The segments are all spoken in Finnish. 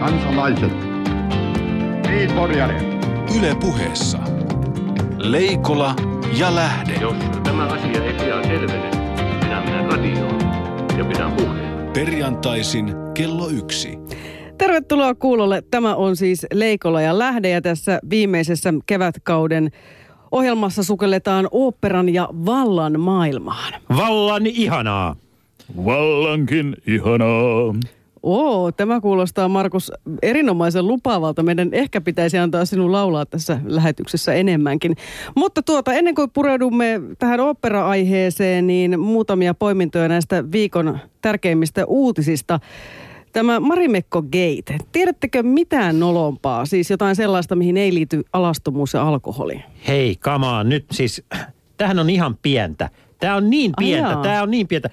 kansalaiset. Niin, Porjari. Yle Puheessa. Leikola ja Lähde. Jos tämä asia ei pian selvene, minä menen radioon ja pidän puheen. Perjantaisin kello 1. Tervetuloa kuulolle. Tämä on siis Leikola ja Lähde ja tässä viimeisessä kevätkauden ohjelmassa sukelletaan oopperan ja vallan maailmaan. Vallan ihanaa. Vallankin ihanaa. Tämä kuulostaa, Markus, erinomaisen lupaavalta. Meidän ehkä pitäisi antaa sinun laulaa tässä lähetyksessä enemmänkin. Mutta ennen kuin pureudumme tähän opera-aiheeseen, niin muutamia poimintoja näistä viikon tärkeimmistä uutisista. Tämä Marimekko Gate. Tiedättekö mitään nolompaa? Siis jotain sellaista, mihin ei liity alastomuus ja alkoholi. Hei, come on. Nyt siis, tämähän on ihan pientä. Tämä on niin pientä.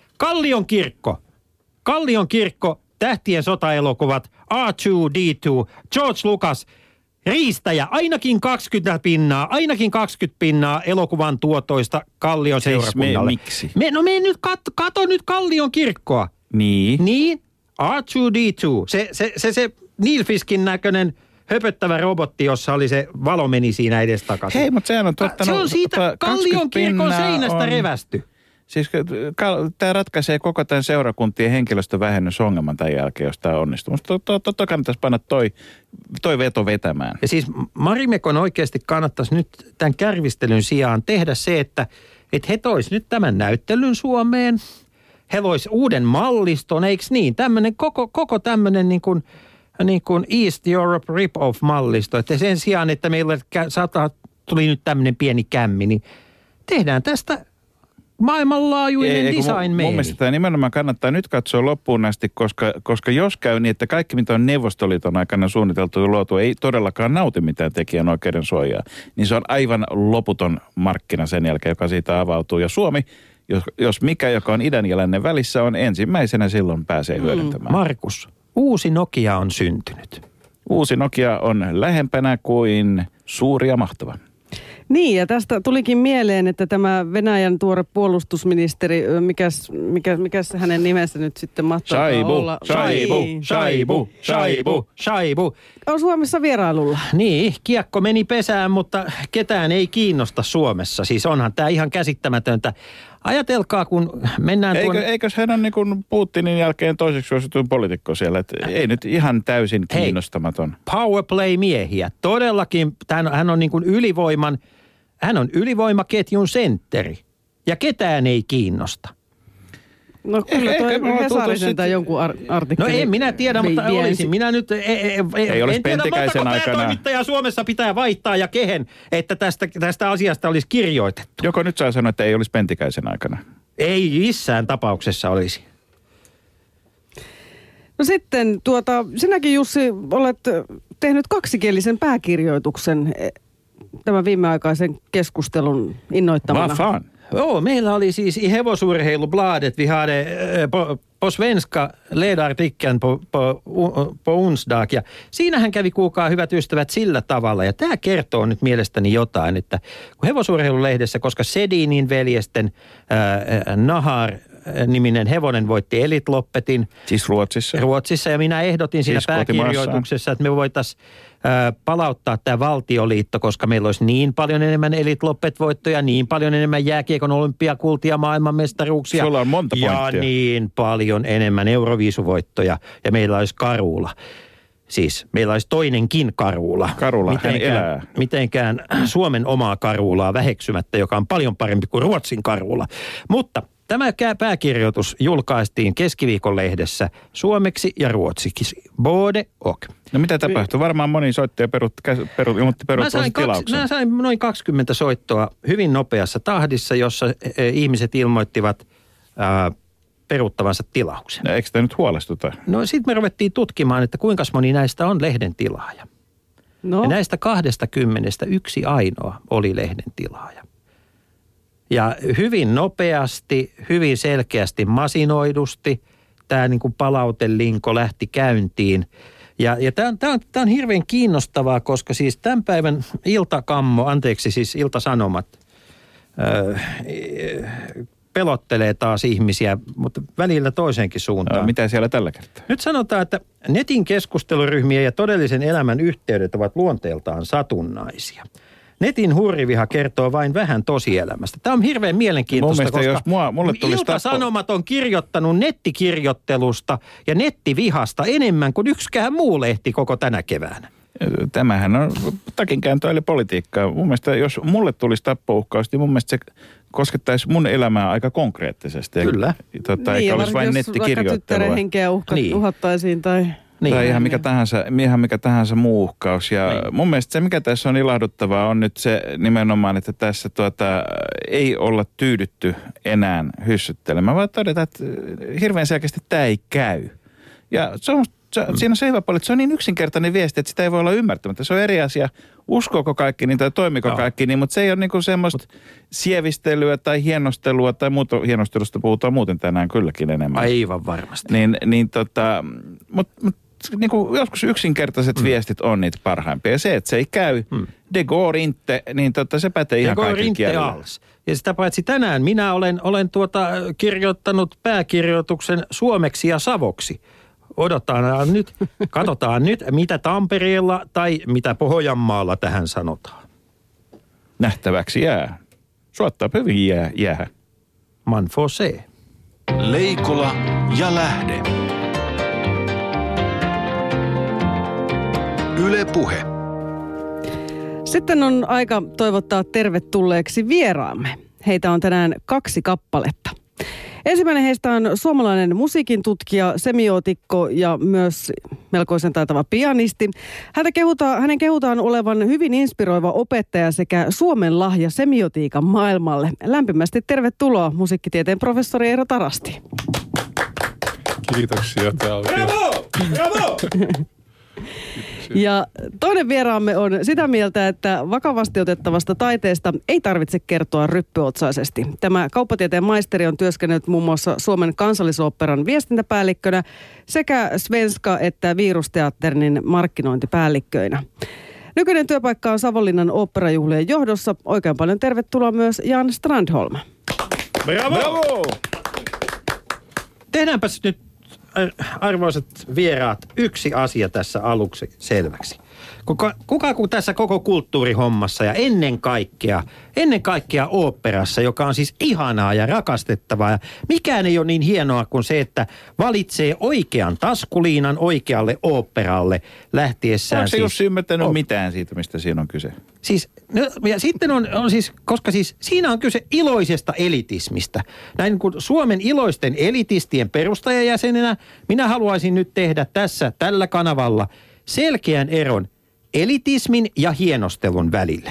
Kallion kirkko, Tähtien sotaelokuvat, R2-D2, George Lucas, riistäjä, ainakin 20 pinnaa elokuvan tuotoista Kallion seurakunnalle. Miksi? Me nyt kato nyt Kallion kirkkoa. Niin, R2-D2, se Nilfiskin näköinen höpöttävä robotti, jossa oli se valo meni siinä edestakaisin. Hei, mutta sehän on tuottanut... Se on siitä Kallion kirkon seinästä revästy. Siis tämä ratkaisee koko tämän seurakuntien henkilöstövähennysongelman tämän jälkeen, jos tämä onnistuu. Totta kannattaisi panna toi veto vetämään. Ja siis Marimekon oikeasti kannattaisi nyt tämän kärvistelyn sijaan tehdä se, että he tois nyt tämän näyttelyn Suomeen. He lois uuden malliston, eikö niin? Tämmöinen koko tämmöinen niin kuin East Europe rip-off-mallisto. Että sen sijaan, että meillä tuli nyt tämmöinen pieni kämmi, niin tehdään tästä maailmanlaajuinen design-meeni. Mun mielestä tämä nimenomaan kannattaa nyt katsoa loppuun asti, koska jos käy niin, että kaikki mitä on Neuvostoliiton aikana suunniteltu ja luotu ei todellakaan nauti mitään tekijänoikeuden suojaa, niin se on aivan loputon markkina sen jälkeen, joka siitä avautuu. Ja Suomi, jos mikä, joka on idän ja lännen välissä, on ensimmäisenä silloin pääsee hyödyntämään. Markus, uusi Nokia on syntynyt. Uusi Nokia on lähempänä kuin suuri ja mahtava. Niin, ja tästä tulikin mieleen, että tämä Venäjän tuore puolustusministeri, mikäs hänen nimensä nyt sitten mahtaa olla? Shaibu. On Suomessa vierailulla. Niin, kiekko meni pesään, mutta ketään ei kiinnosta Suomessa. Siis onhan tämä ihan käsittämätöntä. Ajatelkaa, kun mennään Eikös hän ole niin kuin Putinin jälkeen toiseksi suosituin poliitikko siellä? Että ei nyt ihan täysin kiinnostamaton. Powerplay-miehiä. Todellakin hän on niin kuin hän on ylivoimaketjun sentteri. Ja ketään ei kiinnosta. No kyllä toi Hesarisen tai jonkun artikkeli. No en minä tiedä, mutta olisin. Minä nyt ei olisi Pentikäisen aikana. Toimittaja Suomessa pitää vaihtaa ja kehen, että tästä asiasta olisi kirjoitettu. Joko nyt saa sanoa, että ei olisi Pentikäisen aikana? Ei missään tapauksessa olisi. No sitten sinäkin Jussi olet tehnyt kaksikielisen pääkirjoituksen tämän viimeaikaisen keskustelun innoittamana. Vad fan? Joo, meillä oli siis i Hevosurheilubladet, vi hade på svenska ledarartikeln på onsdag. Ja siinähän kävi, kuulkaa hyvät ystävät, sillä tavalla. Ja tämä kertoo nyt mielestäni jotain, että kun Hevosurheilulehdessä, koska Sedinin veljesten Nahar-niminen hevonen voitti Elitloppetin. Siis Ruotsissa. Ruotsissa, ja minä ehdotin siinä siis pääkirjoituksessa, että me voitaisiin palauttaa tämä valtioliitto, koska meillä olisi niin paljon enemmän Elitlopet-voittoja, niin paljon enemmän jääkiekon olympiakultia, maailmanmestaruuksia. Sulla on monta pointtia. Ja niin paljon enemmän Euroviisuvoittoja, ja meillä olisi Karula. Siis meillä olisi toinenkin Karula. Karula, hän elää. Mitenkään Suomen omaa Karulaa väheksymättä, joka on paljon parempi kuin Ruotsin Karula. Mutta tämä pääkirjoitus julkaistiin keskiviikon lehdessä suomeksi ja ruotsiksi. Både och. No mitä tapahtui? Varmaan moni soittaja ilmoitti peruuttavansa tilauksen. Mä sain noin 20 soittoa hyvin nopeassa tahdissa, jossa ihmiset ilmoittivat peruuttavansa tilauksen. No, eikö tämä nyt huolestuta? No sitten me ruvettiin tutkimaan, että kuinka moni näistä on lehden tilaaja. No. Ja näistä 20 yksi ainoa oli lehden tilaaja. Ja hyvin nopeasti, hyvin selkeästi masinoidusti tämä niin kuin palautelinko lähti käyntiin. Ja tämä on hirveän kiinnostavaa, koska siis tämän päivän Ilta-Sanomat pelottelee taas ihmisiä, mutta välillä toiseenkin suuntaan. Mitä siellä tällä kertaa? Nyt sanotaan, että netin keskusteluryhmien ja todellisen elämän yhteydet ovat luonteeltaan satunnaisia. Netin hurriviha kertoo vain vähän tosielämästä. Tämä on hirveän mielenkiintoista, Mun mielestä, koska mulle tulisi Ilta-Sanomat on kirjoittanut nettikirjoittelusta ja nettivihasta enemmän kuin yksikään muu lehti koko tänä keväänä. Tämähän on takinkääntöä eli politiikkaa. Mun mielestä, jos mulle tulisi tappouhkaus, niin mun mielestä se koskettaisi mun elämää aika konkreettisesti. Kyllä. Eikä olisi vain nettikirjoittelua. Jos vaikka tyttären henkeä uhattaisiin tai... Tai ihan mikä tahansa muu uhkaus. Ja mun mielestä se, mikä tässä on ilahduttavaa, on nyt se nimenomaan, että tässä ei olla tyydytty enää hyssyttelemään, vaan todeta, että hirveän selkeästi tämä ei käy. Ja siinä on se hyvä puoli, että se on niin yksinkertainen viesti, että sitä ei voi olla ymmärtämättä. Se on eri asia, uskooko kaikki niin tai toimiko kaikki niin, mutta se ei ole niinku semmoista sievistelyä tai hienostelua tai muuta. Hienostelusta puhutaan muuten tänään kylläkin enemmän. Aivan varmasti. Mutta niinku joskus yksinkertaiset viestit on niitä parhaimpia. Ja se, että se ei käy, de går inte, niin se pätee ihan kaikilla kielillä. Ja sitä paitsi tänään minä olen kirjoittanut pääkirjoituksen suomeksi ja savoksi. Katsotaan nyt, mitä Tampereella tai mitä Pohjanmaalla tähän sanotaan. Nähtäväksi jää. Suottaa hyvin jää. Man får se. Leikola ja Lähde. Yle Puhe. Sitten on aika toivottaa tervetulleeksi vieraamme. Heitä on tänään 2 kappaletta. Ensimmäinen heistä on suomalainen musiikin tutkija, semiootikko ja myös melkoisen taitava pianisti. Hänen kehutaan olevan hyvin inspiroiva opettaja sekä Suomen lahja semiotiikan maailmalle. Lämpimästi tervetuloa musiikkitieteen professori Eero Tarasti. Kiitoksia. Bravo! Bravo! Ja toinen vieraamme on sitä mieltä, että vakavasti otettavasta taiteesta ei tarvitse kertoa ryppyotsaisesti. Tämä kauppatieteen maisteri on työskennellyt muun muassa Suomen Kansallisoopperan viestintäpäällikkönä sekä Svenska- että Virusteatterin markkinointipäällikköinä. Nykyinen työpaikka on Savonlinnan oopperajuhlien johdossa. Oikein paljon tervetuloa myös Jan Strandholm. Bravo! Bravo! Tehdäänpäs nyt, arvoisat vieraat, yksi asia tässä aluksi selväksi. Kuka tässä koko kulttuurihommassa ja ennen kaikkea oopperassa, joka on siis ihanaa ja rakastettavaa. Ja mikään ei ole niin hienoa kuin se, että valitsee oikean taskuliinan oikealle oopperalle lähtiessään. Onko se Jussi ymmärtänyt mitään siitä, mistä siinä on kyse? Siis, ja sitten on siis, koska siis siinä on kyse iloisesta elitismistä. Näin kuin Suomen iloisten elitistien perustajajäsenenä minä haluaisin nyt tehdä tällä kanavalla selkeän eron elitismin ja hienostelun välille.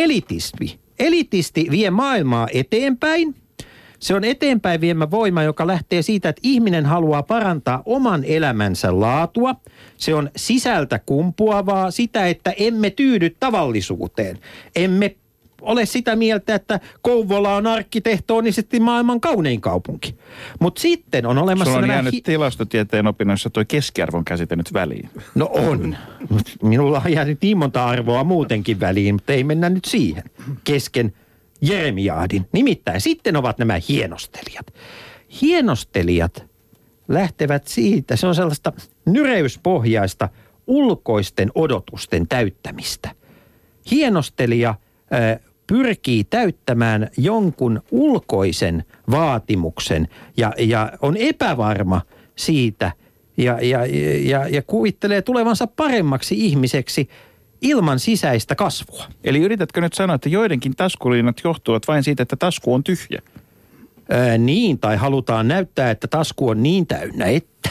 Elitisti vie maailmaa eteenpäin. Se on eteenpäin viemä voima, joka lähtee siitä, että ihminen haluaa parantaa oman elämänsä laatua. Se on sisältä kumpuavaa sitä, että emme tyydy tavallisuuteen. Emme ole sitä mieltä, että Kouvola on arkkitehtonisesti maailman kaunein kaupunki. Mutta sitten on olemassa... Sulla on jäänyt tilastotieteen opinnoissa toi keskiarvon käsite nyt väliin. No on. Minulla on jäänyt niin monta arvoa muutenkin väliin, mutta ei mennä nyt siihen. Kesken Jeremiadin. Nimittäin sitten ovat nämä hienostelijat. Hienostelijat lähtevät siitä, se on sellaista nyreyspohjaista ulkoisten odotusten täyttämistä. Hienostelija pyrkii täyttämään jonkun ulkoisen vaatimuksen ja on epävarma siitä ja kuvittelee tulevansa paremmaksi ihmiseksi ilman sisäistä kasvua. Eli yritätkö nyt sanoa, että joidenkin taskuliinat johtuvat vain siitä, että tasku on tyhjä? Niin, tai halutaan näyttää, että tasku on niin täynnä, että...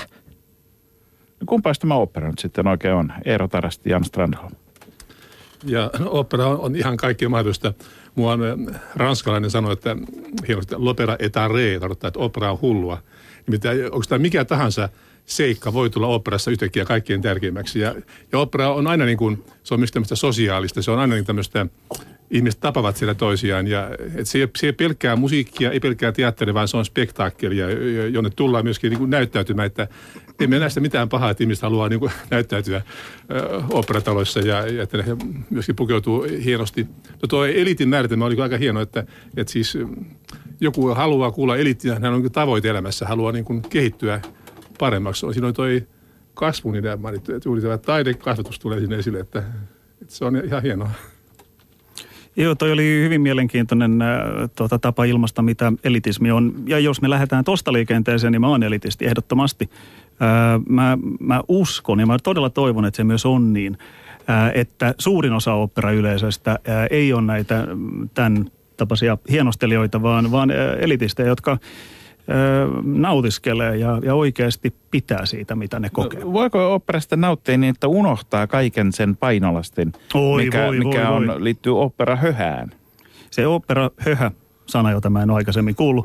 Kumpaa tämä opera nyt sitten oikein on? Eero Tarasti, Jan Strandholm. Ja opera on ihan kaikki mahdollista. Mua ranskalainen sanoi, että hienosti, l'opera est taré, tarkoittaa, että opera on hullua. Nimittäin onko tämä mikä tahansa seikka voi tulla oopperassa yhtäkkiä kaikkein tärkeimmäksi. Ja opera on aina niin kuin, se on myös tämmöistä sosiaalista, se on aina niin tämmöistä, ihmiset tapavat siellä toisiaan. Ja se ei pelkkää musiikkia, ei pelkkää teatteria, vaan se on spektaakkelia, jonne tullaan myöskin niin kuin näyttäytymään, että emme näistä mitään pahaa, että ihmiset haluaa niin kuin näyttäytyä oopperataloissa ja että ne myöskin pukeutuu hienosti. Tuo eliitin määritelmä oli aika hieno, että siis joku haluaa kuulla eliittiä, hän on tavoite elämässä, haluaa niin kuin kehittyä paremmaksi. Siinä on toi kasvun idea mainittu, että juuri tämä taidekasvatus tulee sinne esille, että se on ihan hienoa. Joo, toi oli hyvin mielenkiintoinen tapa ilmaista, mitä elitismi on. Ja jos me lähdetään tosta liikenteeseen, niin mä oon elitisti ehdottomasti. Mä uskon ja mä todella toivon, että se myös on niin, että suurin osa oopperayleisöstä ei ole näitä tämän tapaisia hienostelijoita, vaan elitistejä, jotka nautiskelee ja oikeasti pitää siitä, mitä ne kokee. Voiko oopperasta nauttia niin, että unohtaa kaiken sen painolastin, mikä liittyy oopperahöhään? Se oopperahöhä, sana, jota mä en ole aikaisemmin kuullut,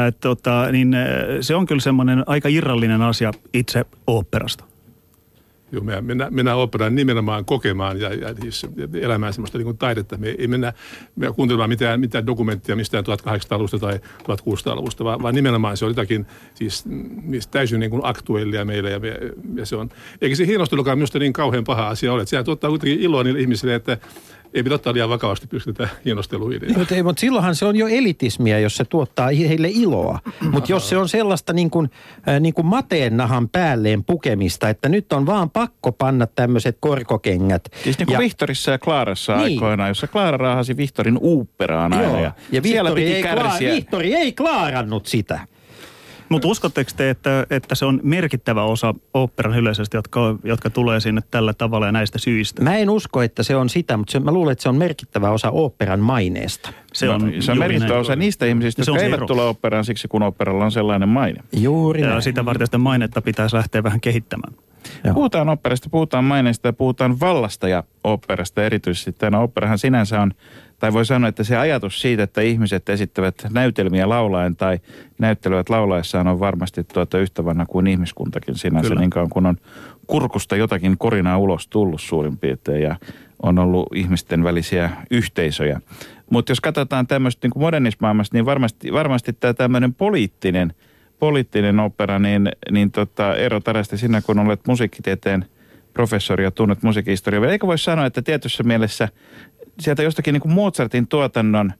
niin se on kyllä semmoinen aika irrallinen asia itse oopperasta. Joo, me mennään oopperaan nimenomaan kokemaan ja elämään semmoista niin kuin taidetta. Me ei mennä kuuntelemaan mitään dokumenttia mistään 1800-luvusta tai 1600-luvusta, vaan nimenomaan se on jotakin siis täysin niin kuin aktuellia meille. Ja se on, eikä se hienostelukaan minusta niin kauhean paha asia ole. Sehän tuottaa kuitenkin iloa niille ihmisille, että ei pitää ottaa liian vakavasti tätä hienosteluideaa. Mutta silloinhan se on jo elitismiä, jos se tuottaa heille iloa. Mutta jos se on sellaista niin kuin mateennahan päälleen pukemista, että nyt on vaan pakko panna tämmöiset korkokengät. Siis niin kuin Vihtorissa ja Klaarassa aikoinaan, jossa Klaara raahasi Vihtorin oopperaan aina. Ja Vihtori ei klaarannut sitä. Mutta uskotteko te, että se on merkittävä osa oopperan yleisesti, jotka tulee sinne tällä tavalla ja näistä syistä? Mä en usko, että se on sitä, mutta mä luulen, että se on merkittävä osa oopperan maineesta. Se on merkittävä osa niistä ihmisistä, jotka eivät tule oopperaan siksi, kun oopperalla on sellainen maine. Juuri näin. Ja sitä varten sitä mainetta pitäisi lähteä vähän kehittämään. Joo. Puhutaan oopperasta, puhutaan maineesta ja puhutaan vallasta ja oopperasta erityisesti. Tämä oopperahan sinänsä on, tai voi sanoa, että se ajatus siitä, että ihmiset esittävät näytelmiä laulaen tai näyttelevät laulaessaan on varmasti yhtä vanha kuin ihmiskuntakin sinänsä. Kyllä. Niin kauan kun on kurkusta jotakin korinaa ulos tullut suurin piirtein ja on ollut ihmisten välisiä yhteisöjä. Mutta jos katsotaan tämmöistä niin kuin modernissa maailmassa, niin varmasti tämä tämmöinen poliittinen opera, niin Eero Tarasti, sinä kun olet musiikkitieteen professori ja tunnet musiikkihistoriaa, eikö voi sanoa, että tietyssä mielessä sieltä jostakin niin kuin Mozartin tuotannon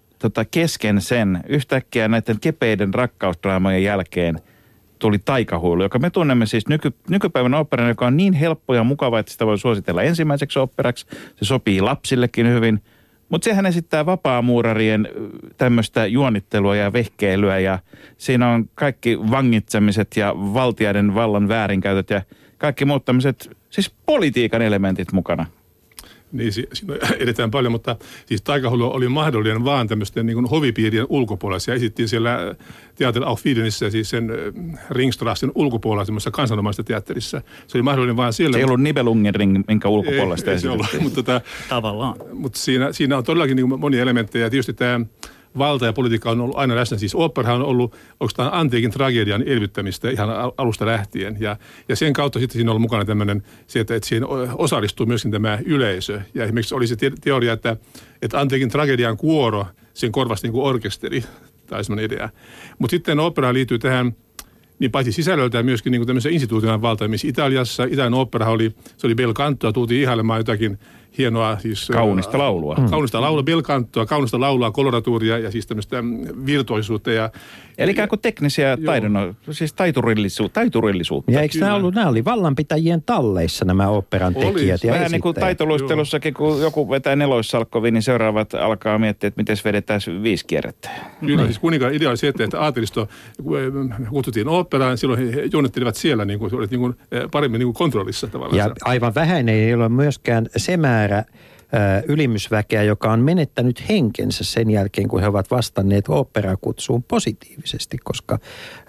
kesken sen yhtäkkiä näiden kepeiden rakkausdraamojen jälkeen tuli Taikahuilu, joka me tunnemme siis nykypäivän oopperan, joka on niin helppo ja mukava, että sitä voi suositella ensimmäiseksi oopperaksi. Se sopii lapsillekin hyvin. Mutta sehän esittää vapaamuurarien tämmöistä juonittelua ja vehkeilyä ja siinä on kaikki vangitsemiset ja valtiaiden vallan väärinkäytöt ja kaikki muut tämmöiset, siis politiikan elementit mukana. Niin, siinä edetään paljon, mutta siis Taikahuilu oli mahdollinen vaan tämmöisten niin kuin hovipiirien ulkopuolella. Se esittiin siellä Teater auf Wiedenissä, siis sen Ringstrassen ulkopuolella, semmoisessa kansanomaisessa teatterissa. Se oli mahdollinen vaan siellä. Se ei ollut Nibelungen ring, minkä ulkopuolella sitä esitettiin. Mutta tavallaan. Mutta siinä on todellakin niin monia elementtejä. Ja tietysti tämä valta ja politiikka on ollut aina läsnä. Siis oopperahan on ollut oikeastaan antiikin tragedian elvyttämistä ihan alusta lähtien. Ja sen kautta sitten siinä on ollut mukana tämmöinen, että siihen osallistuu myöskin tämä yleisö. Ja esimerkiksi oli se teoria, että antiikin tragedian kuoro, sen korvasi niin kuin orkesteri, tai semmoinen idea. Mutta sitten oopperaan liittyy tähän, niin paitsi sisällöltään myöskin niin kuin tämmöisen instituution valta, missä Italiassa, Itäinen ooppera se oli bel cantoa, tultiin ihailemaan jotakin hienoa, siis kaunista laulua. Kaunista laulua, bel cantoa, kaunista laulua, koloratuuria ja siis tämmöistä virtuoisuutta. Eli ikään kuin teknisiä siis taiturillisuutta. Ja eikö nämä oli vallanpitäjien talleissa nämä oopperan tekijät ja vähän niin kuin taitoluistelussakin, kun joku vetää neloissalkkoviin, niin seuraavat alkaa miettiä, että miten vedetään 5 kierrettä. Kyllä, siis kuninkaan idea oli se, että aatelisto kutsuttiin oopperaan, silloin he juonnettelivat siellä, niin kuin, olet niin kuin, paremmin niin kuin kontrollissa tavallaan. Ja aivan vähän ei ole myöskään se määrä ylimysväkeä, joka on menettänyt henkensä sen jälkeen, kun he ovat vastanneet oopperakutsuun positiivisesti, koska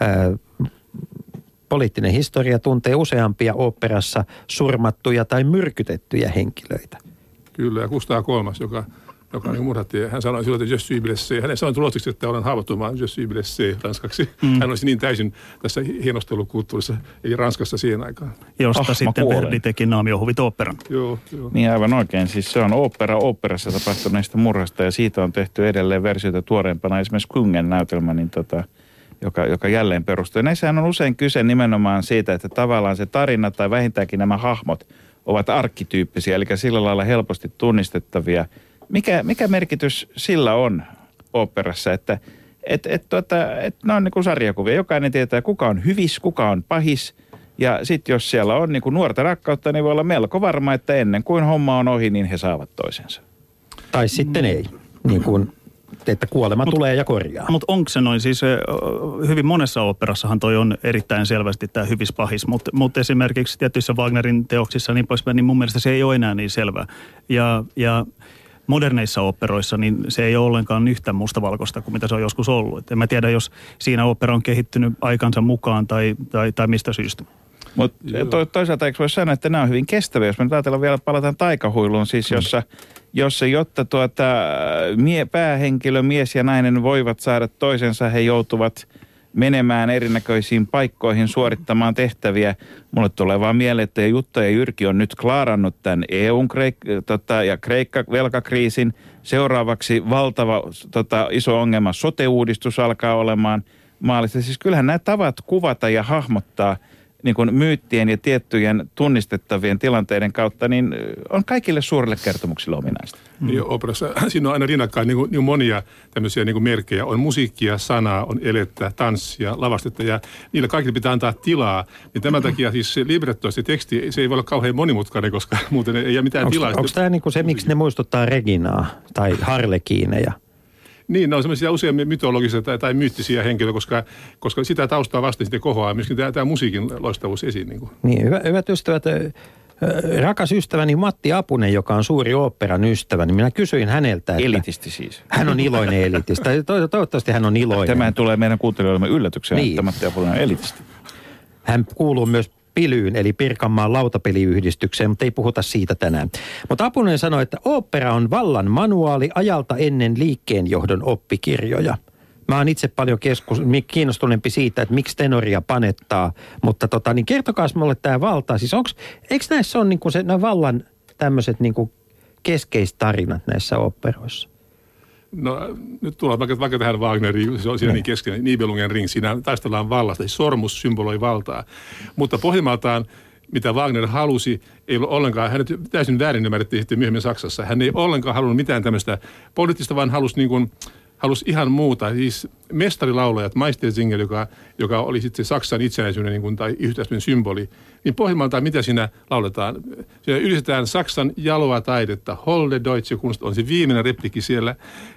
poliittinen historia tuntee useampia oopperassa surmattuja tai myrkytettyjä henkilöitä. Kyllä, ja Kustaa III, joka joka niin murhattiin. Hän sanoi silloin, että je suis blessé. Hän sanoi ruotsiksi, että olen haavoittumaan, je suis blessé ranskaksi. Hän olisi niin täysin tässä hienostelukulttuurissa, eli Ranskassa siihen aikaan. Josta sitten Verdi teki naamiohuvit oopperan. Joo. Niin aivan oikein. Siis se on oopperassa tapahtuneista murhasta ja siitä on tehty edelleen versioita tuoreempana. Esimerkiksi Kungen näytelmä, niin joka jälleen perustuu. Ja näissähän on usein kyse nimenomaan siitä, että tavallaan se tarina tai vähintäänkin nämä hahmot ovat arkkityyppisiä, eli sillä lailla helposti tunnistettavia. Mikä merkitys sillä on oopperassa, että ne on niin kuin sarjakuvia. Jokainen tietää, kuka on hyvis, kuka on pahis. Ja sitten jos siellä on niin kuin nuorta rakkautta, niin voi olla melko varma, että ennen kuin homma on ohi, niin he saavat toisensa. Tai sitten ei, niin kuin, että kuolema tulee ja korjaa. Mutta onko se noin? Siis hyvin monessa oopperassahan toi on erittäin selvästi tämä hyvis pahis, mutta esimerkiksi tietyissä Wagnerin teoksissa niin poispäin, niin mun mielestä se ei ole enää niin selvää. Ja moderneissa oopperoissa, niin se ei ole ollenkaan yhtä mustavalkoista kuin mitä se on joskus ollut. Et en mä tiedä, jos siinä opera on kehittynyt aikansa mukaan tai mistä syystä. Mutta toisaalta eikö voi sanoa, että nämä on hyvin kestäviä. Jos me nyt ajatellaan vielä, palataan taikahuiluun, siis jotta päähenkilö, mies ja nainen voivat saada toisensa, he joutuvat menemään erinäköisiin paikkoihin suorittamaan tehtäviä. Mulle tulee vaan mieleen, että Jutta ja Jyrki on nyt klaarannut tämän EUn ja Kreikka-velkakriisin. Seuraavaksi valtava iso ongelma, sote-uudistus alkaa olemaan maalista. Siis kyllähän nämä tavat kuvata ja hahmottaa niin kuin myyttien ja tiettyjen tunnistettavien tilanteiden kautta, niin on kaikille suurille kertomuksille ominaista. Niin operassa siinä on aina rinnakkain niin monia tämmöisiä niin kuin merkkejä. On musiikkia, sanaa, on elettä, tanssia, lavastetta ja niillä kaikille pitää antaa tilaa. Niin tämän takia siis se libretto, se teksti, se ei voi olla kauhean monimutkainen, koska muuten ei ole mitään tilaa. Onko tämä niin kuin se, miksi ne muistuttaa Reginaa tai Harlekiineja? Niin, ne on semmoisia usein mytologisia tai myyttisiä henkilöitä, koska sitä taustaa vasten sitten kohoaa myöskin tämä musiikin loistavuus esiin. Niin, hyvät ystävät, rakas ystäväni Matti Apunen, joka on suuri oopperan ystävä, niin minä kysyin häneltä, että elitisti siis. Hän on iloinen elitisti. Toivottavasti hän on iloinen. Tämä tulee meidän kuuntelijoillemme yllätykseen, niin. Että Matti Apunen on elitisti. Hän kuuluu myös Pilyyn, eli Pirkanmaan lautapeliyhdistykseen, mutta ei puhuta siitä tänään. Mutta Apunen sanoi, että ooppera on vallan manuaali ajalta ennen liikkeenjohdon oppikirjoja. Mä oon itse paljon kiinnostuneempi siitä, että miksi tenoria panettaa, mutta niin kertokaas mulle tämä valta. Siis eikö näissä ole niinku nämä vallan tämmöiset niinku keskeistarinat näissä oopperoissa? No nyt tullaan vaikka tähän Wagneriin, se on siinä niin keskeinen, Nibelungen ring, siinä taistellaan vallasta, siis sormus symboloi valtaa. Mutta pohjimmaltaan, mitä Wagner halusi, ei ollut ollenkaan, hänet täysin väärin ymmärrettiin sitten myöhemmin Saksassa. Hän ei ollenkaan halunnut mitään tämmöistä poliittista, vaan halusi ihan muuta. Siis mestarilaulajat, Meistersinger, joka oli sitten Saksan itsenäisyyden tai yhteisön symboli, niin pohjimmaltaan mitä siinä lauletaan? Siinä ylistetään Saksan jaloa taidetta. Holde Deutsche Kunst on se viimeinen replikki siellä.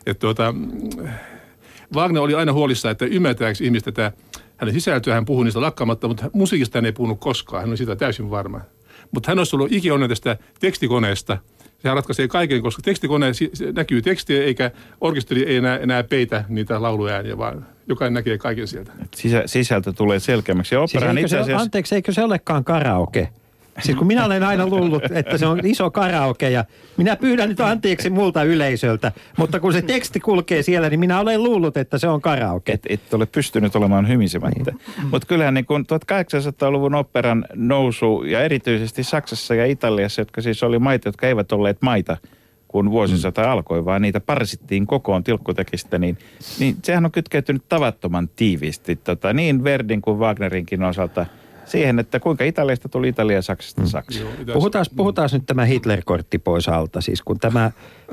Wagner oli aina huolissaan, että ymmärtääkö ihmistä tätä hänen sisältöä, hän puhui niistä lakkaamatta, mutta musiikista hän ei puhunut koskaan, hän oli sitä täysin varma. Mutta hän olisi ollut ikionninen tästä tekstikoneesta. Sehän ratkaisee kaiken, koska tekstikoneen näkyy tekstiä, eikä orkesteri ei enää peitä niitä lauluääniä, vaan jokainen näkee kaiken sieltä. Sisältö tulee selkeämmäksi. Anteeksi, eikö se olekaan karaoke? Siis kun minä olen aina luullut, että se on iso karaoke ja minä pyydän nyt anteeksi multa yleisöltä, mutta kun se teksti kulkee siellä, niin minä olen luullut, että se on karaoke. Et ole pystynyt olemaan hymisemättä. Niin. Mutta kyllähän niin kun 1800-luvun oopperan nousu ja erityisesti Saksassa ja Italiassa, jotka siis oli maita, jotka eivät olleet maita, kun vuosisata alkoi, vaan niitä parsittiin kokoon tilkkutekistä, niin sehän on kytkeytynyt tavattoman tiiviisti niin Verdin kuin Wagnerinkin osalta siihen, että kuinka Italiasta tuli Italia ja Saksasta Saksa. Puhutaan nyt tämä Hitler-kortti pois alta. Siis kun tämä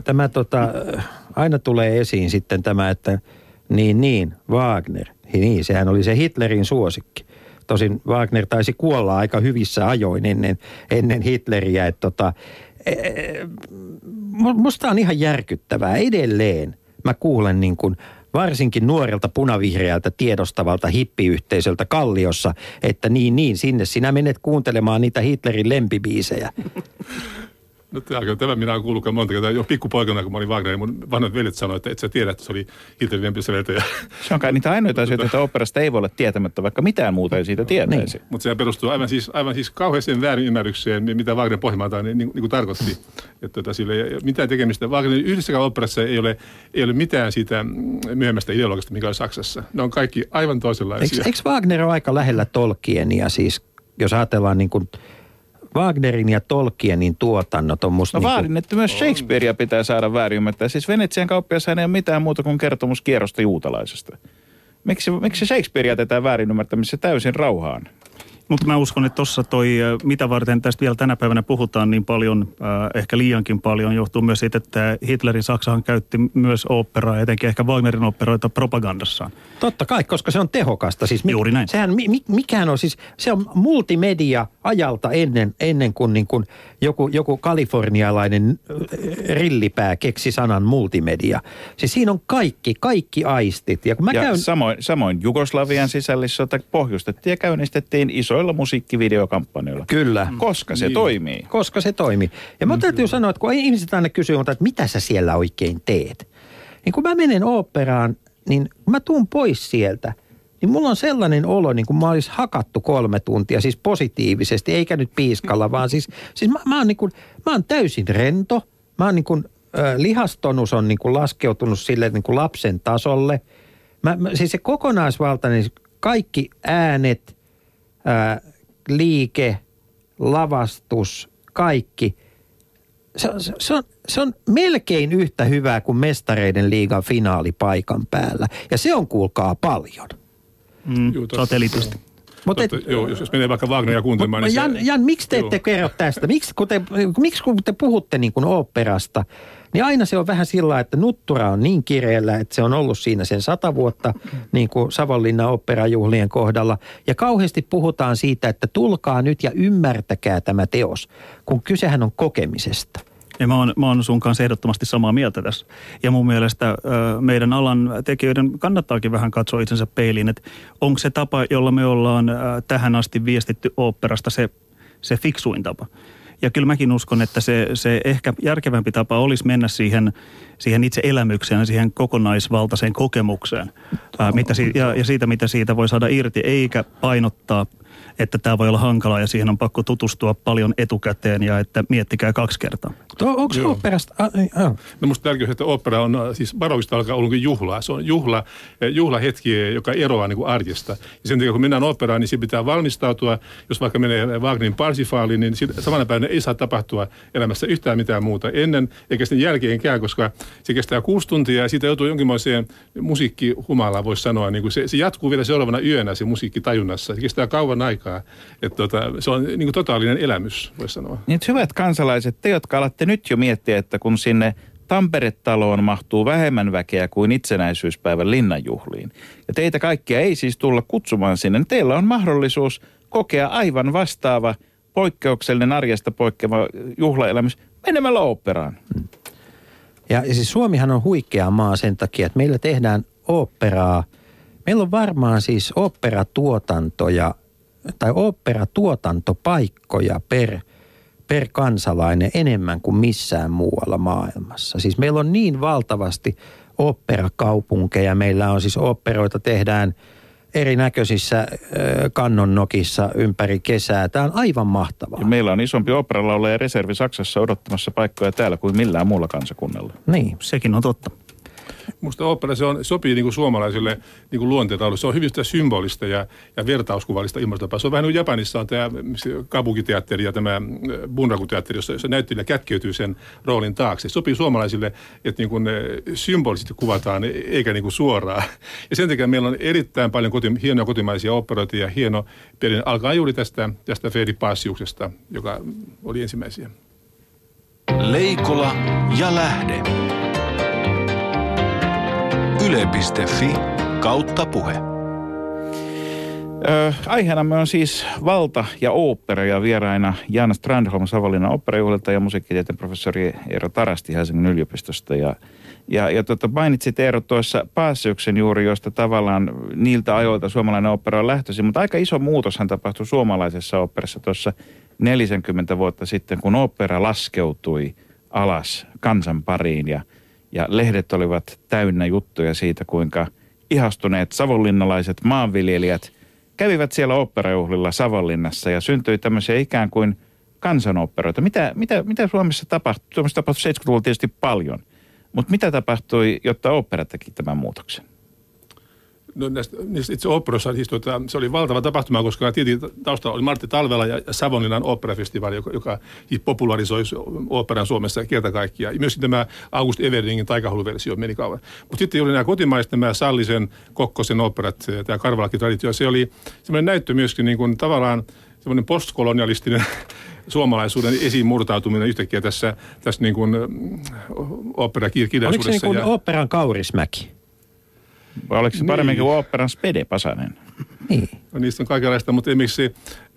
aina tulee esiin sitten tämä, että Wagner. Niin, sehän oli se Hitlerin suosikki. Tosin Wagner taisi kuolla aika hyvissä ajoin ennen Hitleriä. Musta on ihan järkyttävää. Edelleen mä kuulen niin kuin varsinkin nuorelta punavihreältä tiedostavalta hippiyhteisöltä Kalliossa, että sinne sinä menet kuuntelemaan niitä Hitlerin lempibiisejä. No tämä minä olen kuullut monta kertaa. Jo pikkupoikana, kun mä olin Wagner, mun vanhat veljet sanoivat, että et sä tiedät, että se oli Hitlerin lempisäveltäjä. Se on kai niitä ainoita asioita, että oopperasta ei voi olla tietämättä, vaikka mitään muuta ei siitä tietäisi. Niin. Mutta se perustuu aivan siis kauheeseen väärinymmärrykseen, mitä Wagner pohjimmiltaan niin kuin tarkoitti. Että sillä ei ole mitään tekemistä. Wagnerin yhdessäkään oopperassa ei ole mitään siitä myöhemmästä ideologista, mikä on Saksassa. Ne on kaikki aivan toisenlaisia. Eikö Wagner ole aika lähellä Tolkienia siis, jos ajatellaan niin kuin Wagnerin ja Tolkienin tuotannot on musta... No vaadin, että myös Shakespearea pitää saada väärin ymmärtää. Siis Venetsian kauppiassa ei ole mitään muuta kuin kertomus kierrosta juutalaisesta. Miksi Shakespearea jätetään väärin ymmärtämisessä täysin rauhaan? Mutta mä uskon, että tuossa mitä varten tästä vielä tänä päivänä puhutaan niin paljon, ehkä liiankin paljon, johtuu myös siitä, että Hitlerin Saksahan käytti myös oopperaa, etenkin ehkä Wagnerin oopperoita propagandassaan. Totta kai, koska se on tehokasta. Siis juuri näin. Sehän, mikään on siis, se on multimedia ajalta ennen kuin, niin kuin joku kalifornialainen rillipää keksi sanan multimedia. Siis siinä on kaikki aistit. Ja samoin Jugoslavian sisällissota pohjustettiin ja käynnistettiin isoilla musiikkivideokampanjoilla. Kyllä. Koska se toimii. Koska se toimii. Ja mä täytyy sanoa, että kun ihmiset aina kysyy, että mitä sä siellä oikein teet? Niin kun mä menen oopperaan, niin kun mä tuun pois sieltä, niin mulla on sellainen olo, niin kuin mä olisi hakattu 3 tuntia, siis positiivisesti, eikä nyt piiskalla, vaan siis mä oon täysin rento. Mä oon niin kuin, lihastonus on niin kuin laskeutunut sille niin kuin lapsen tasolle. Siis se kokonaisvaltainen, kaikki äänet, liike, lavastus, kaikki. Se on melkein yhtä hyvää kuin Mestareiden liigan finaali paikan päällä. Ja se on kuulkaa paljon. Satelliitista. Jos menee vaikka Wagneria kuuntelemaan, niin Jan, miksi te ette kerro tästä? Miksi kun te puhutte niin kuin oopperasta, niin aina se on vähän sillä, että nuttura on niin kireellä, että se on ollut siinä sen 100 vuotta, niin kuin Savonlinnan oopperajuhlien kohdalla. Ja kauheasti puhutaan siitä, että tulkaa nyt ja ymmärtäkää tämä teos, kun kysehän on kokemisesta. Ja mä oon sun kanssa ehdottomasti samaa mieltä tässä. Ja mun mielestä meidän alan tekijöiden kannattaakin vähän katsoa itsensä peiliin, että onko se tapa, jolla me ollaan tähän asti viestitty oopperasta se fiksuin tapa. Ja kyllä mäkin uskon, että se ehkä järkevämpi tapa olisi mennä siihen itse elämykseen, siihen kokonaisvaltaiseen kokemukseen. Ja siitä, mitä siitä voi saada irti, eikä painottaa, että tämä voi olla hankalaa ja siihen on pakko tutustua paljon etukäteen ja että miettikää 2 kertaa. Onko oopperasta? No musta tärkeää, että opera on siis baroista alkaa olla juhlaa. Se on juhlahetki, joka eroaa niin kuin arjesta. Ja sen takia, kun mennään operaan, niin siinä pitää valmistautua. Jos vaikka menee Wagnerin Parsifaaliin, niin samana päivänä ei saa tapahtua elämässä yhtään mitään muuta ennen eikä sen jälkeenkään, koska se kestää 6 tuntia ja siitä joutuu jonkinlaiseen musiikkihumalaan, voisi sanoa. Niin kuin se jatkuu vielä seuraavana yönä se musiikkitajunnassa. Se kestää kauan aikaa. Että se on niin kuin totaalinen elämys, voisi sanoa. Niin, hyvät kansalaiset, te, jotka alatte nyt jo miettiä, että kun sinne Tampere-taloon mahtuu vähemmän väkeä kuin itsenäisyyspäivän linnanjuhliin. Ja teitä kaikkia ei siis tulla kutsumaan sinne. Teillä on mahdollisuus kokea aivan vastaava, poikkeuksellinen arjesta poikkeava juhlaelämys menemällä oopperaan. Ja siis Suomihan on huikea maa sen takia, että meillä tehdään oopperaa. Meillä on varmaan siis oopperatuotantoja tai oopperatuotantopaikkoja per kansalainen enemmän kuin missään muualla maailmassa. Siis meillä on niin valtavasti oopperakaupunkeja. Meillä on siis oopperoita tehdään erinäköisissä kannonnokissa ympäri kesää. Tämä on aivan mahtavaa. Ja meillä on isompi oopperalaulaja reservi Saksassa odottamassa paikkoja täällä kuin millään muulla kansakunnalla. Niin. Sekin on totta. Musta opera sopii niin kuin suomalaisille niin kuin luonteelta. Se on hyvin sitä symbolista ja vertauskuvallista ilmaistapaa. Se on vähän niin kuin Japanissa on tämä kabukiteatteri ja tämä bunraku-teatteri, jossa näyttelijä kätkeytyy sen roolin taakse. Se sopii suomalaisille, että niin kuin symbolisesti kuvataan eikä niin kuin suoraan. Ja sen takia meillä on erittäin paljon hienoja kotimaisia operoita ja hieno perinne alkaa juuri tästä Feri Paasiuksesta, joka oli ensimmäisiä. Leikola ja Lähde. Yle.fi/puhe. Aiheenamme on siis valta ja ooppera ja vieraina Jan Strandholm Savonlinnan oopperajuhlilta ja musiikkitieteen professori Eero Tarasti Helsingin yliopistosta. Ja mainitsit Eero tuossa Paasiuksen juuri, josta tavallaan niiltä ajoilta suomalainen ooppera on lähtöisin, mutta aika iso muutoshan tapahtui suomalaisessa oopperassa tuossa 40 vuotta sitten, kun opera laskeutui alas kansan pariin ja lehdet olivat täynnä juttuja siitä, kuinka ihastuneet savonlinnalaiset maanviljelijät kävivät siellä oopperajuhlilla Savonlinnassa ja syntyi tämmöisiä ikään kuin kansanoopperoita. Mitä Suomessa tapahtui? Suomessa tapahtui 70-luvulla tietysti paljon, mutta mitä tapahtui, jotta ooppera teki tämän muutoksen? No niistä itse oopperoissa siis se oli valtava tapahtuma, koska tietenkin taustalla oli Martti Talvela ja Savonlinnan oopperafestivaali, joka siis popularisoi oopperan Suomessa kerta kaikkiaan. Ja myöskin tämä August Everdingin taikahulluversio meni kauan. Mutta sitten oli nämä kotimaiset, nämä Sallisen, Kokkosen oopperat, tämä Karvalakki-traditio. Se oli semmoinen näyttö myöskin niin kuin tavallaan semmoinen postkolonialistinen suomalaisuuden esiin murtautuminen yhtäkkiä tässä niin kuin oopperakirjallisuudessa. Oliko se niin kuin oopperan Kaurismäki? Vai oliko se paremmin kuin oopperan Spede Pasanen? Niin. No, niistä on kaikenlaista, mutta esimerkiksi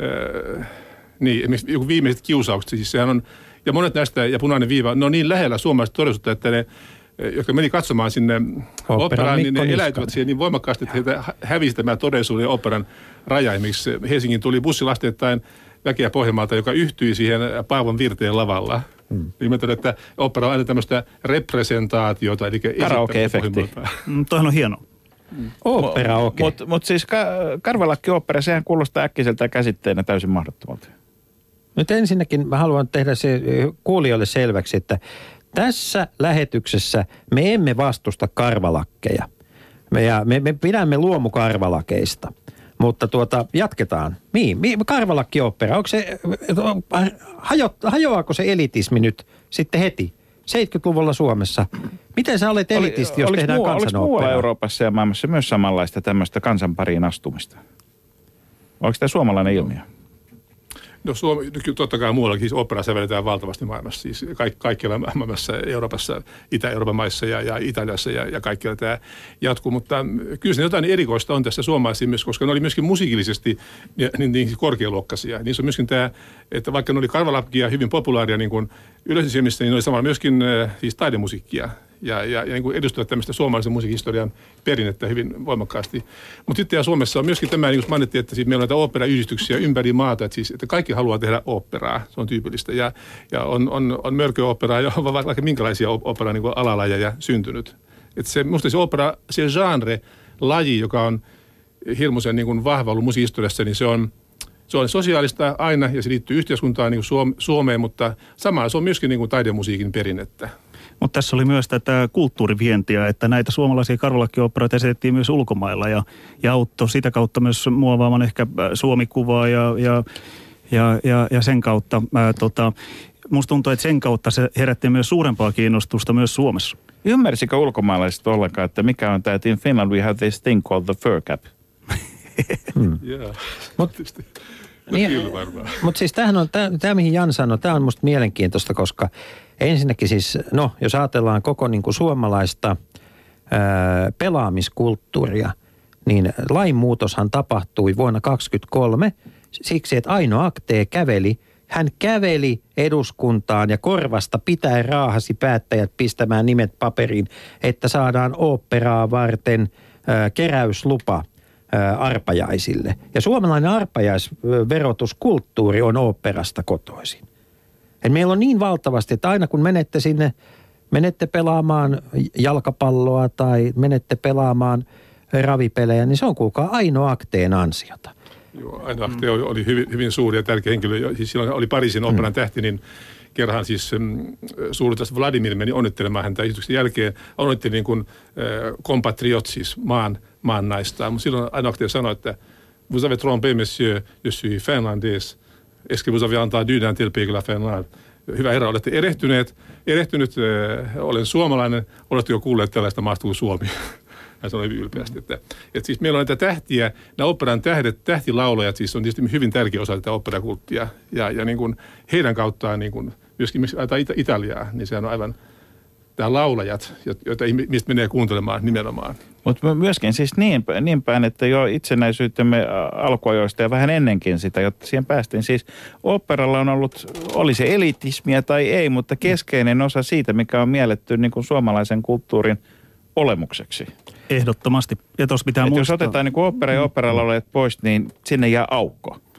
joku viimeiset kiusaukset, siis sehän on, ja monet näistä, ja Punainen viiva, ne on niin lähellä suomalaista todellisuutta, että ne, jotka meni katsomaan sinne oopperaan, niin ne eläytyvät siihen niin voimakkaasti, että heitä hävisi tämä todellisuuden ja oopperan raja. Esimerkiksi Helsingin tuli bussilasteittain väkeä Pohjanmaalta, joka yhtyi siihen Paavon Virteen lavalla. Niin mä tiedän, että opera on aina tämmöistä representaatiota, eli karaoke-efekti. Toihan on hieno. Opera, okei. Mutta siis Karvalakki-opera, sehän kuulostaa äkkiseltä käsitteenä täysin mahdottomalta. Nyt ensinnäkin mä haluan tehdä se kuulijoille selväksi, että tässä lähetyksessä me emme vastusta karvalakkeja. Me pidämme luomukarvalakeista. Mutta jatketaan. Karvalakki-opera, onko se, hajoaako se elitismi nyt sitten heti 70-luvulla Suomessa? Miten sä olet elitisti, jos tehdään kansanoopperaa? Oliko muualla Euroopassa ja maailmassa myös samanlaista tämmöistä kansanpariin astumista? Oliko tämä suomalainen ilmiö? No totta kai muuallakin, siis opera sävelletään valtavasti maailmassa, siis kaikkialla maailmassa, Euroopassa, Itä-Euroopan maissa ja Italiassa ja kaikkialla tämä jatkuu, mutta kyllä se jotain erikoista on tässä suomalaisissa myös, koska ne oli myöskin musiikillisesti niin korkealuokkaisia. Niissä on myöskin tämä, että vaikka ne oli karvalakkia hyvin populaaria niin kuin yleisöisemmissä, niin ne oli samalla myöskin siis taidemusiikkia. Ja niin kuin edustavat tämmöistä suomalaisen musiikkihistorian perinnettä hyvin voimakkaasti. Mutta sitten Suomessa on myöskin tämä, niin kuin mainittiin, että siis meillä on näitä oopperayhdistyksiä ympäri maata, että kaikki haluaa tehdä oopperaa, se on tyypillistä. Ja on mörköoopperaa ja on vaikka minkälaisia oopperaa niin kuin alalajeja syntynyt. Että minusta se oopera, se genre, laji, joka on hirmuisen niin kuin vahva ollut musiikkihistoriassa, niin se on sosiaalista aina ja se liittyy yhteiskuntaan niin kuin Suomeen, mutta samalla se on myöskin niin kuin taidemusiikin perinnettä. Mutta tässä oli myös tätä kulttuurivientiä, että näitä suomalaisia karvalakki-oopperoita esitettiin myös ulkomailla ja auttoi sitä kautta myös muovaamaan ehkä Suomi-kuvaa ja sen kautta. Musta tuntuu, että sen kautta se herätti myös suurempaa kiinnostusta myös Suomessa. Ymmärsikö ulkomaalaiset ollenkaan, että mikä on tämä, että in Finland we have this thing called the fur cap? Joo, mutta siis tämä mihin Jan sanoi, tämä on musta mielenkiintoista, koska ensinnäkin siis, jos ajatellaan koko niin kuin suomalaista pelaamiskulttuuria, niin lainmuutoshan tapahtui vuonna 1923 siksi, että Aino Aktee hän käveli eduskuntaan ja korvasta pitäen raahasi päättäjät pistämään nimet paperiin, että saadaan oopperaa varten keräyslupa arpajaisille. Ja suomalainen arpajaisverotuskulttuuri on oopperasta kotoisin. Et meillä on niin valtavasti, että aina kun menette pelaamaan jalkapalloa tai menette pelaamaan ravipelejä, niin se on kuulkaa Aino Akteen ansiota. Joo, Aino Aktee oli hyvin suuri ja tärkeä henkilö. Siis silloin oli Pariisin oopperan tähti, niin kerran siis suurlähettiläs Vladimir meni onnittelemaan häntä esityksen jälkeen. Onnitteli niin kuin compatriot, siis maan naista. Mutta silloin Aino Aktee sanoi, että vous avez trompé, monsieur, je suis finlandais. Est-ce que vous avez entendu d'un tel pays que la Finlande? Hyvä herra, olette erehtynyt, olen suomalainen, oletteko kuulleet tällaista maasta kuin Suomi? Hän sanoi hyvin ylpeästi, että siis meillä on näitä tähtiä, nämä oopperan tähtilaulajat siis on tietysti hyvin tärkeä osa tätä oopperakulttia. Ja niin kuin heidän kauttaan niin kuin myöskin Italiaa, niin sehän on aivan tämä laulajat, joita mistä menee kuuntelemaan nimenomaan. Mutta myöskin siis niin päin, että jo itsenäisyytemme alkuajoista ja vähän ennenkin sitä, jotta siihen päästiin. Siis oopperalla on oli se elitismiä tai ei, mutta keskeinen osa siitä, mikä on mielletty niin kuin suomalaisen kulttuurin olemukseksi. Ehdottomasti. Ja tuossa pitää muistaa. Jos otetaan niin kuin ooppera ja oopperalaulajat pois, niin sinne jää aukko.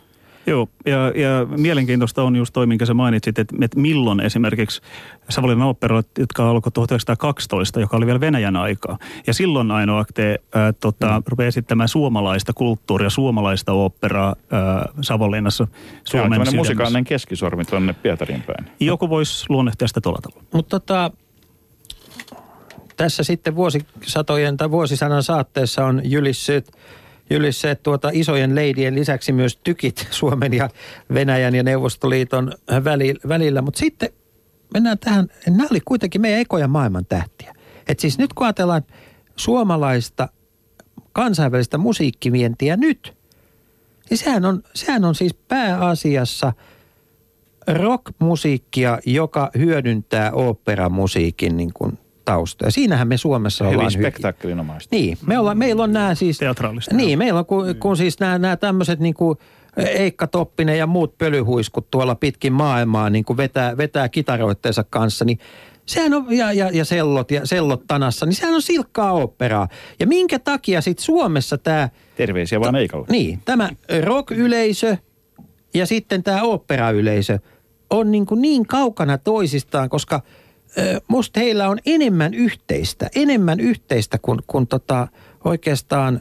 Joo, ja mielenkiintoista on just toi, minkä sä mainitsit, että milloin esimerkiksi Savonlinnan ooppera, jotka alkoi 1912, joka oli vielä Venäjän aikaa. Ja silloin Aino Akte rupeaa esittämään suomalaista kulttuuria, suomalaista oopperaa Savonlinnassa. Suomen sydämessä. Musikaalinen keskisormi tuonne Pietariin päin. Joku voisi luonnehtia sitä tuolla tavalla. Mutta tässä sitten vuosisatojen tai vuosisadan saatteessa on jylisseet isojen leidien lisäksi myös tykit Suomen ja Venäjän ja Neuvostoliiton välillä. Mutta sitten mennään tähän, nämä oli kuitenkin meidän ekoja maailman tähtiä. Et siis nyt kun ajatellaan suomalaista kansainvälistä musiikkivientiä nyt, niin sehän on siis pääasiassa rock-musiikkia, joka hyödyntää oopperamusiikin niin kuin taustoja. Siinähän me Suomessa ollaan hyvin. Eli spektaakkelinomaista. Niin, meillä on nämä siis... Teatraalista. Niin, meillä on kun siis nämä tämmöiset niin kuin Eikka Toppinen ja muut pölyhuiskut tuolla pitkin maailmaa niin kuin vetää kitaroitteensa kanssa, niin sehän on, ja sellot tanassa, niin sehän on silkkaa oopperaa. Ja minkä takia sitten Suomessa tämä... Terveisiä vaan Eikalle. Niin, tämä rock-yleisö ja sitten tämä oopperayleisö on niin kaukana toisistaan, koska musta heillä on enemmän yhteistä kuin oikeastaan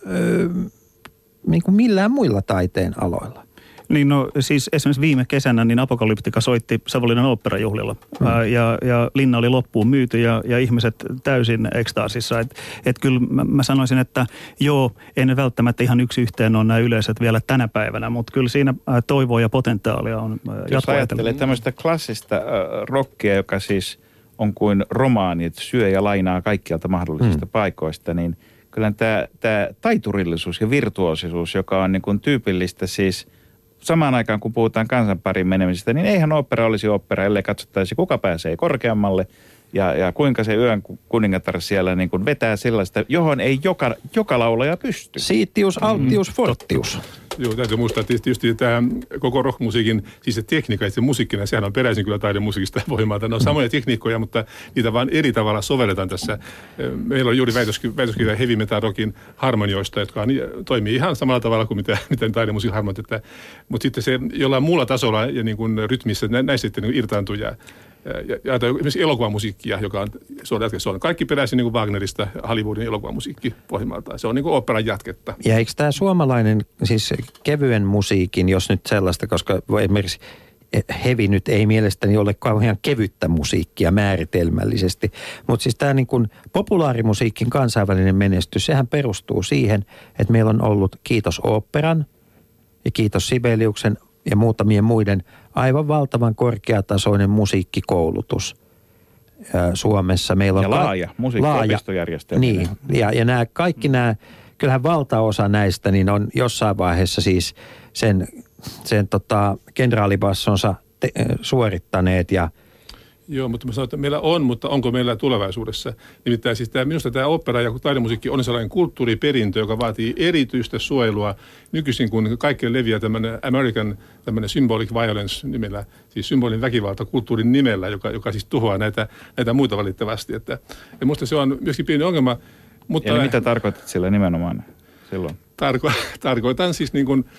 niin kuin millään muilla taiteen aloilla. Niin no siis esimerkiksi viime kesänä niin Apokalyptika soitti Savonlinnan oopperajuhlilla ja linna oli loppuun myyty ja ihmiset täysin ekstaasissa. Et kyllä mä sanoisin, että joo, en välttämättä ihan yksi yhteen ole nämä yleisöt vielä tänä päivänä, mutta kyllä siinä toivoa ja potentiaalia on jatkoajatella. Jos ajattelee tämmöistä klassista rockia, joka siis on kuin romaani, että syö ja lainaa kaikkialta mahdollisista paikoista, niin kyllä tämä taiturillisuus ja virtuosisuus, joka on niin kuin tyypillistä siis samaan aikaan, kun puhutaan kansanparin menemisestä, niin eihän ooppera olisi ooppera, ellei katsottaisi, kuka pääsee korkeammalle ja kuinka se yön kuningatar siellä niin kuin vetää sellaista, johon ei joka laulaja pysty. Siittius, alttius, fortius. Joo, täytyy muistaa, että tietysti tämä koko rockmusiikin, siis se tekniikka ja se musiikkina, sehän on peräisin kyllä taidemusiikista voimaa. Ne on samoja tekniikkoja, mutta niitä vaan eri tavalla sovelletaan tässä. Meillä on juuri väitöskirja heavy metal rockin harmonioista, jotka toimii ihan samalla tavalla kuin mitä taidemusiikin harmoniot. Mutta sitten se jollain muulla tasolla ja niin kuin rytmissä näistä sitten niin irtaantuu ja esimerkiksi elokuvamusiikkia, joka on kaikki peräisin niin kuin Wagnerista, Hollywoodin elokuvamusiikki pohjimmaltaan. Se on niin kuin oopperan jatketta. Ja eikö tämä suomalainen, siis kevyen musiikin, jos nyt sellaista, koska esimerkiksi heavy nyt ei mielestäni ole kauhean kevyttä musiikkia määritelmällisesti, mutta siis tämä niin kuin populaarimusiikin kansainvälinen menestys, sehän perustuu siihen, että meillä on ollut kiitos oopperan ja kiitos Sibeliuksen ja muutamien muiden aivan valtavan korkeatasoinen musiikkikoulutus Suomessa. Meillä on ja laaja musiikkiopistojärjestelmä. Niin, ja nämä kaikki kyllähän valtaosa näistä niin on jossain vaiheessa siis sen kenraalibassonsa suorittaneet ja Joo, mutta mä sanon, että meillä on, mutta onko meillä tulevaisuudessa? Nimittäin siis minusta tämä opera ja taidemusiikki on sellainen kulttuuriperintö, joka vaatii erityistä suojelua. Nykyisin kun kaikille leviää tämmöinen American tämmöinen symbolic violence nimellä, siis symbolin väkivalta kulttuurin nimellä, joka siis tuhoaa näitä muita valitettavasti. Ja minusta se on myöskin pieni ongelma. Mutta eli mitä tarkoitat sillä nimenomaan silloin? Tarkoitan siis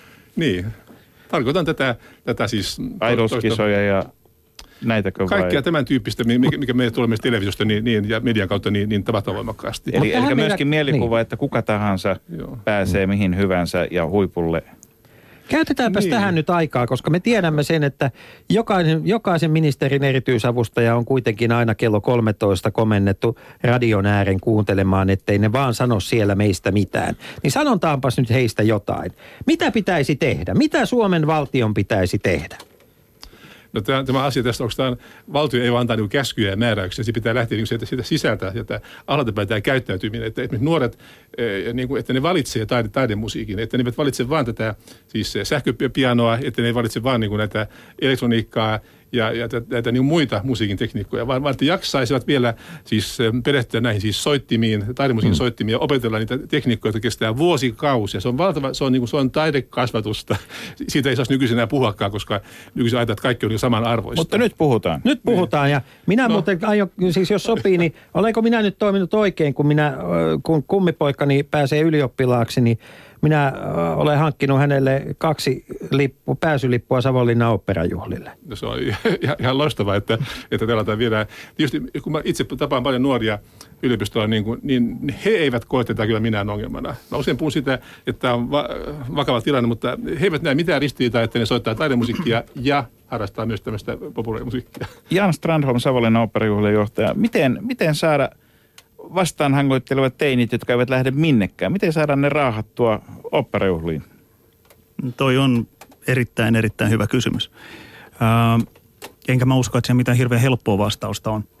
tarkoitan tätä siis aidoskisoja ja näitäkö kaikkea vai? Tämän tyyppistä, mikä meille tulee myös televisiosta ja median kautta niin tavattoman voimakkaasti. Eli myöskin mielikuva, että kuka tahansa pääsee mihin hyvänsä ja huipulle. Käytetäänpäs tähän nyt aikaa, koska me tiedämme sen, että jokaisen ministerin erityisavustaja on kuitenkin aina kello 13 komennettu radion ääreen kuuntelemaan, ettei ne vaan sano siellä meistä mitään. Niin sanotaanpas nyt heistä jotain. Mitä pitäisi tehdä? Mitä Suomen valtion pitäisi tehdä? No tämä asia tästä, onko tämä valtio ei vaan antaa käskyjä ja määräyksiä, se pitää lähteä siitä sisältä ja alhaaltapäin tämä käyttäytyminen, että nuoret, että ne valitsee taidemusiikin, että ne eivät valitse vaan tätä siis sähköpianoa, että ne ei valitse vaan näitä elektroniikkaa ja näitä muita musiikin tekniikkoja, vaan että jaksaisivat vielä siis perehtyä näihin siis soittimiin, taidemusiikin soittimiin ja opetella niitä tekniikkoja, jotka kestää vuosikausia. Se on valtava, se on taidekasvatusta. Siitä ei saisi nykyisin enää puhuakaan, koska nykyisin ajatellaan, että kaikki on samanarvoista. Mutta nyt puhutaan. Nyt puhutaan ja minä muuten aion, siis jos sopii, niin olenko minä nyt toiminut oikein, kun kummipoikani pääsee ylioppilaaksi, niin minä olen hankkinut hänelle 2 pääsylippua Savonlinnan oopperajuhlille. No se on ihan loistavaa, että tällä viedään. Tietysti kun mä itse tapaan paljon nuoria yliopistolla, niin he eivät koe tätä kyllä minään ongelmana. Mä usein puhun sitä, että tämä on vakava tilanne, mutta he eivät näe mitään ristiriitaa, että ne soittaa taidemusiikkia ja harrastaa myös tämmöistä populaarimusiikkia. Jan Strandholm, Savonlinnan oopperajuhlien johtaja. Miten saada vastaanhangoittelevat teinit, jotka eivät lähde minnekään, miten saadaan ne raahattua oopperajuhliin? Toi on erittäin hyvä kysymys. Enkä mä usko, että se mitään hirveän helppoa vastausta on.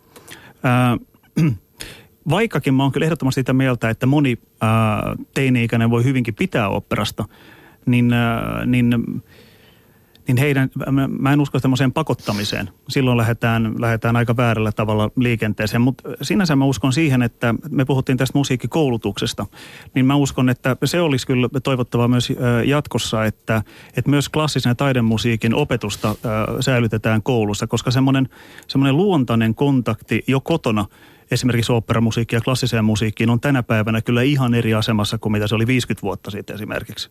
Vaikkakin mä oon kyllä ehdottomasti sitä mieltä, että moni teini-ikäinen voi hyvinkin pitää oopperasta, niin mä en usko semmoiseen pakottamiseen. Silloin lähdetään aika väärällä tavalla liikenteeseen, mutta sinänsä mä uskon siihen, että me puhuttiin tästä musiikkikoulutuksesta, niin mä uskon, että se olisi kyllä toivottavaa myös jatkossa, että myös klassisen taidemusiikin opetusta säilytetään koulussa, koska semmoinen luontainen kontakti jo kotona esimerkiksi oopperamusiikki ja klassiseen musiikkiin on tänä päivänä kyllä ihan eri asemassa kuin mitä se oli 50 vuotta sitten esimerkiksi.